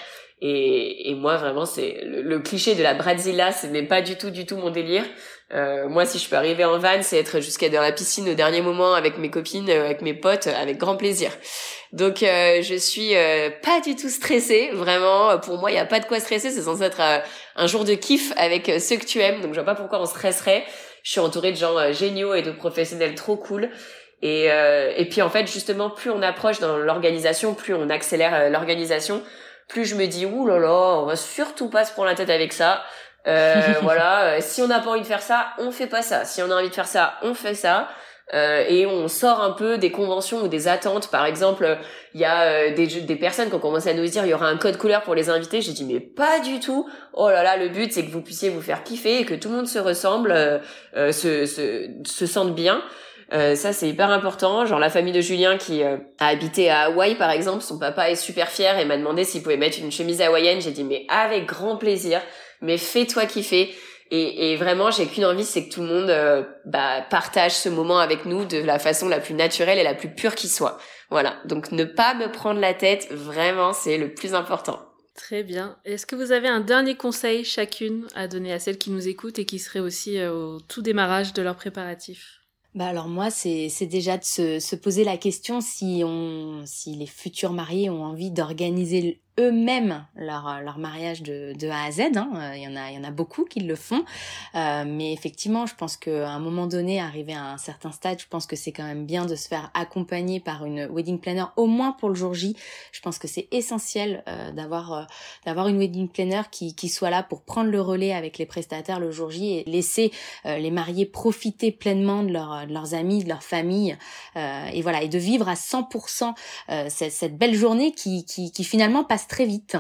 Et, et moi vraiment c'est le, le cliché de la Bradzilla, ce n'est pas du tout du tout mon délire. Euh, moi si je peux arriver en van, c'est être jusqu'à dans la piscine au dernier moment avec mes copines, avec mes potes, avec grand plaisir. Donc euh, je suis euh, pas du tout stressée, vraiment. Pour moi il y a pas de quoi stresser, c'est censé être euh, un jour de kiff avec euh, ceux que tu aimes. Donc je vois pas pourquoi on stresserait. Je suis entourée de gens euh, géniaux et de professionnels trop cool. Et, euh, et puis en fait justement plus on approche dans l'organisation, plus on accélère euh, l'organisation. Plus je me dis ouh là là, on va surtout pas se prendre la tête avec ça. Euh, voilà, euh, si on n'a pas envie de faire ça, on fait pas ça. Si on a envie de faire ça, on fait ça. Euh, et on sort un peu des conventions ou des attentes. Par exemple, il y a euh, des des personnes qui ont commencé à nous dire il y aura un code couleur pour les invités. J'ai dit mais pas du tout. Oh là là, le but c'est que vous puissiez vous faire kiffer et que tout le monde se ressemble, euh, euh, se se se sente bien. Euh, ça c'est hyper important. Genre la famille de Julien qui euh, a habité à Hawaï par exemple, son papa est super fier et m'a demandé s'il pouvait mettre une chemise hawaïenne. J'ai dit mais avec grand plaisir, mais fais-toi kiffer. Et, et vraiment j'ai qu'une envie, c'est que tout le monde euh, bah partage ce moment avec nous de la façon la plus naturelle et la plus pure qui soit. Voilà, donc ne pas me prendre la tête, vraiment c'est le plus important. Très bien. Est-ce que vous avez un dernier conseil chacune à donner à celles qui nous écoutent et qui seraient aussi euh, au tout démarrage de leurs préparatifs ? Bah alors moi c'est c'est déjà de se se poser la question si on si les futurs mariés ont envie d'organiser eux-mêmes leur leur mariage de de A à Z, hein. Il y en a il y en a beaucoup qui le font, euh, mais effectivement je pense que à un moment donné, arrivé à un certain stade, je pense que c'est quand même bien de se faire accompagner par une wedding planner, au moins pour le jour J. Je pense que c'est essentiel euh, d'avoir euh, d'avoir une wedding planner qui qui soit là pour prendre le relais avec les prestataires le jour J et laisser euh, les mariés profiter pleinement de leur de leurs amis, de leur famille, euh, et voilà, et de vivre à cent pour cent euh, cette, cette belle journée qui qui qui finalement passe très vite.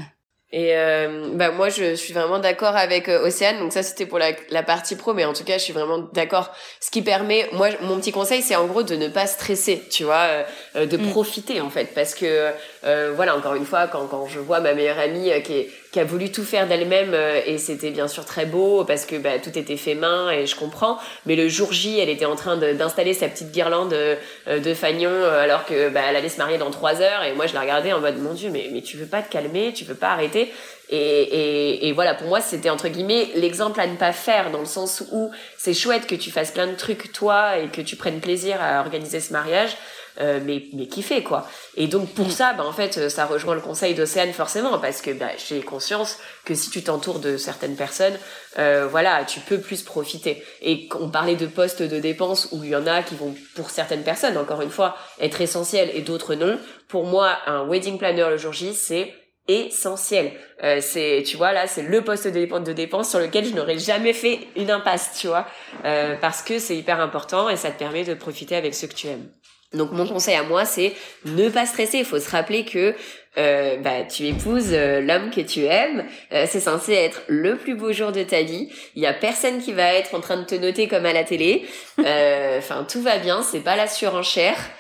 Et euh, bah moi je suis vraiment d'accord avec euh, Océane, donc ça c'était pour la, la partie pro, mais en tout cas je suis vraiment d'accord. Ce qui permet, moi mon petit conseil c'est en gros de ne pas stresser, tu vois, euh, de mm. profiter en fait, parce que euh, voilà, encore une fois quand quand je vois ma meilleure amie euh, qui est qui a voulu tout faire d'elle-même euh, et c'était bien sûr très beau parce que bah tout était fait main et je comprends, mais le jour J elle était en train de, d'installer sa petite guirlande euh, de fanion euh, alors que bah elle allait se marier dans trois heures et moi je la regardais en mode mon Dieu mais mais tu veux pas te calmer, tu veux pas arrêter. Et, et, et voilà, pour moi, c'était entre guillemets l'exemple à ne pas faire, dans le sens où c'est chouette que tu fasses plein de trucs toi et que tu prennes plaisir à organiser ce mariage, euh, mais mais kiffer quoi. Et donc pour ça, bah en fait, ça rejoint le conseil d'Océane forcément, parce que bah j'ai conscience que si tu t'entoures de certaines personnes, euh, voilà, tu peux plus profiter. Et on parlait de postes de dépenses où il y en a qui vont pour certaines personnes, encore une fois, être essentiels et d'autres non. Pour moi, un wedding planner le jour J, c'est essentiel. Euh, c'est, tu vois, là, c'est le poste de dépense, de dépense sur lequel je n'aurais jamais fait une impasse, tu vois, euh, parce que c'est hyper important et ça te permet de profiter avec ceux que tu aimes. Donc mon conseil à moi, c'est ne pas stresser. Il faut se rappeler que euh, bah tu épouses euh, l'homme que tu aimes. Euh, c'est censé être le plus beau jour de ta vie. Il y a personne qui va être en train de te noter comme à la télé. Enfin, euh, tout va bien. C'est pas la surenchère.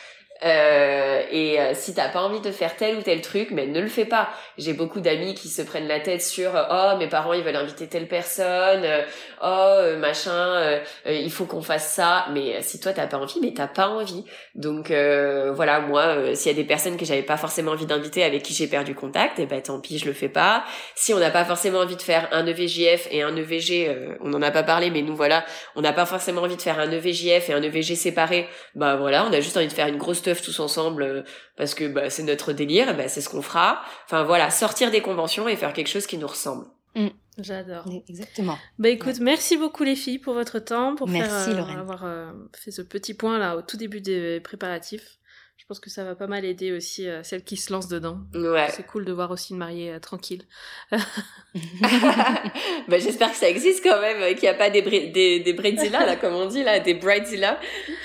Euh, et euh, si t'as pas envie de faire tel ou tel truc, mais ne le fais pas. J'ai beaucoup d'amis qui se prennent la tête sur oh mes parents ils veulent inviter telle personne, euh, oh euh, machin, euh, euh, il faut qu'on fasse ça. Mais euh, si toi t'as pas envie, mais t'as pas envie. Donc euh, voilà, moi euh, s'il y a des personnes que j'avais pas forcément envie d'inviter avec qui j'ai perdu contact, et ben tant pis, je le fais pas. Si on n'a pas forcément envie de faire un E V J F et un E V G, euh, on en a pas parlé, mais nous voilà, on n'a pas forcément envie de faire un E V J F et un E V G séparés. Bah voilà, on a juste envie de faire une grosse teuf tous ensemble euh, parce que bah c'est notre délire, et bah c'est ce qu'on fera. Enfin voilà, sortir des conventions et faire quelque chose qui nous ressemble. Mm. J'adore. Exactement. Bah écoute, ouais. merci beaucoup les filles pour votre temps, pour merci, faire, euh, Lorraine. avoir euh, fait ce petit point là au tout début des préparatifs. Je pense que ça va pas mal aider aussi euh, celles qui se lancent dedans. Ouais. C'est cool de voir aussi une mariée euh, tranquille. Bah j'espère que ça existe quand même, qu'il n'y a pas des bri- des des bridezilla là comme on dit là, des bridezilla.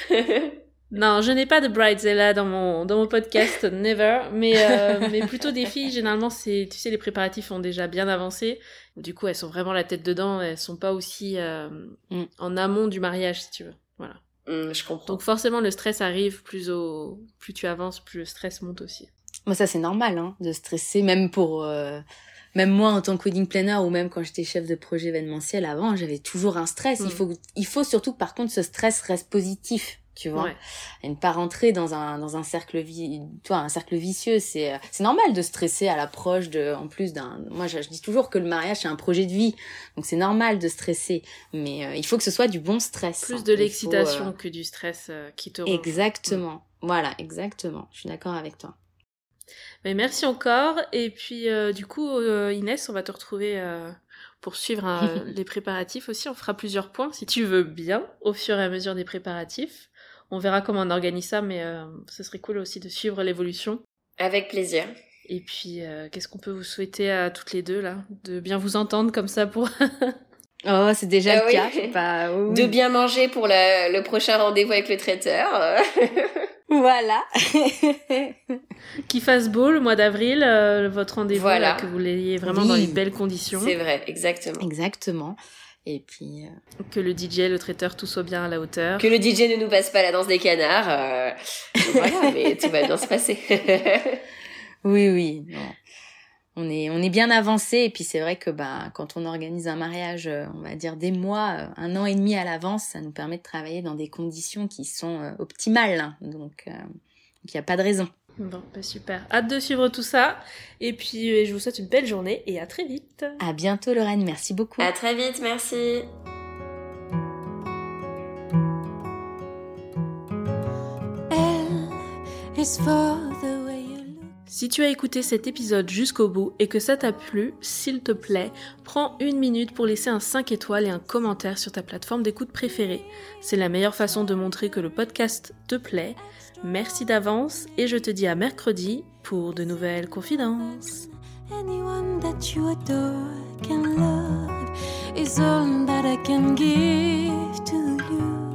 Non, je n'ai pas de bridezilla dans mon dans mon podcast, never. Mais euh, mais plutôt des filles. Généralement, c'est tu sais les préparatifs ont déjà bien avancé. Du coup, elles sont vraiment la tête dedans. Elles sont pas aussi euh, mm. en amont du mariage, si tu veux. Voilà. Mm, je comprends. Donc forcément, le stress arrive plus au plus tu avances, plus le stress monte aussi. Moi, ça c'est normal, hein, de stresser, même pour euh... même moi en tant que wedding planner ou même quand j'étais chef de projet événementiel avant, j'avais toujours un stress. Mm. Il faut il faut surtout que par contre ce stress reste positif. Tu vois, ouais. Et ne pas rentrer dans un dans un cercle vi- toi un cercle vicieux. C'est c'est normal de stresser à l'approche de en plus d'un. Moi, je, je dis toujours que le mariage c'est un projet de vie, donc c'est normal de stresser, mais euh, il faut que ce soit du bon stress. Plus hein. de l'excitation faut, euh... que du stress euh, qui te. Exactement. Mmh. Voilà, exactement. Je suis d'accord avec toi. Mais merci encore. Et puis euh, du coup, euh, Inès, on va te retrouver. Euh... Pour suivre euh, les préparatifs aussi, on fera plusieurs points si tu veux bien au fur et à mesure des préparatifs. On verra comment on organise ça, mais euh, ce serait cool aussi de suivre l'évolution. Avec plaisir. Et puis, euh, qu'est-ce qu'on peut vous souhaiter à toutes les deux là ? De bien vous entendre comme ça pour... Oh, c'est déjà euh, le oui. cas. C'est pas... oui. De bien manger pour le, le prochain rendez-vous avec le traiteur. Voilà. Qu'il fasse beau le mois d'avril, euh, votre rendez-vous, voilà. là, que vous l'ayez vraiment oui. dans les belles conditions. C'est vrai, exactement. Exactement. Et puis... Euh... Que le D J, le traiteur, tout soit bien à la hauteur. Que le D J ne nous passe pas la danse des canards. Euh... Voilà, mais tout va bien se passer. Oui, oui. Non. On est, on est bien avancé. Et puis c'est vrai que bah, quand on organise un mariage, on va dire des mois, un an et demi à l'avance, ça nous permet de travailler dans des conditions qui sont euh, optimales. Donc, il euh, n'y a pas de raison. Bon, bah super. Hâte de suivre tout ça. Et puis, je vous souhaite une belle journée et à très vite. À bientôt, Lorraine. Merci beaucoup. À très vite, merci. L is for the way you look. Si tu as écouté cet épisode jusqu'au bout et que ça t'a plu, s'il te plaît, prends une minute pour laisser un cinq étoiles et un commentaire sur ta plateforme d'écoute préférée. C'est la meilleure façon de montrer que le podcast te plaît. Merci d'avance et je te dis à mercredi pour de nouvelles confidences. Anyone that you adore can love is all that I can give to you.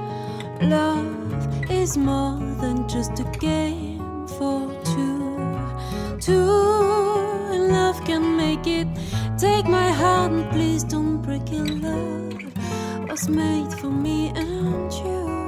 Love is more than just a game for two. Two, and love can make it. Take my heart and please don't break it. Love was made for me and you.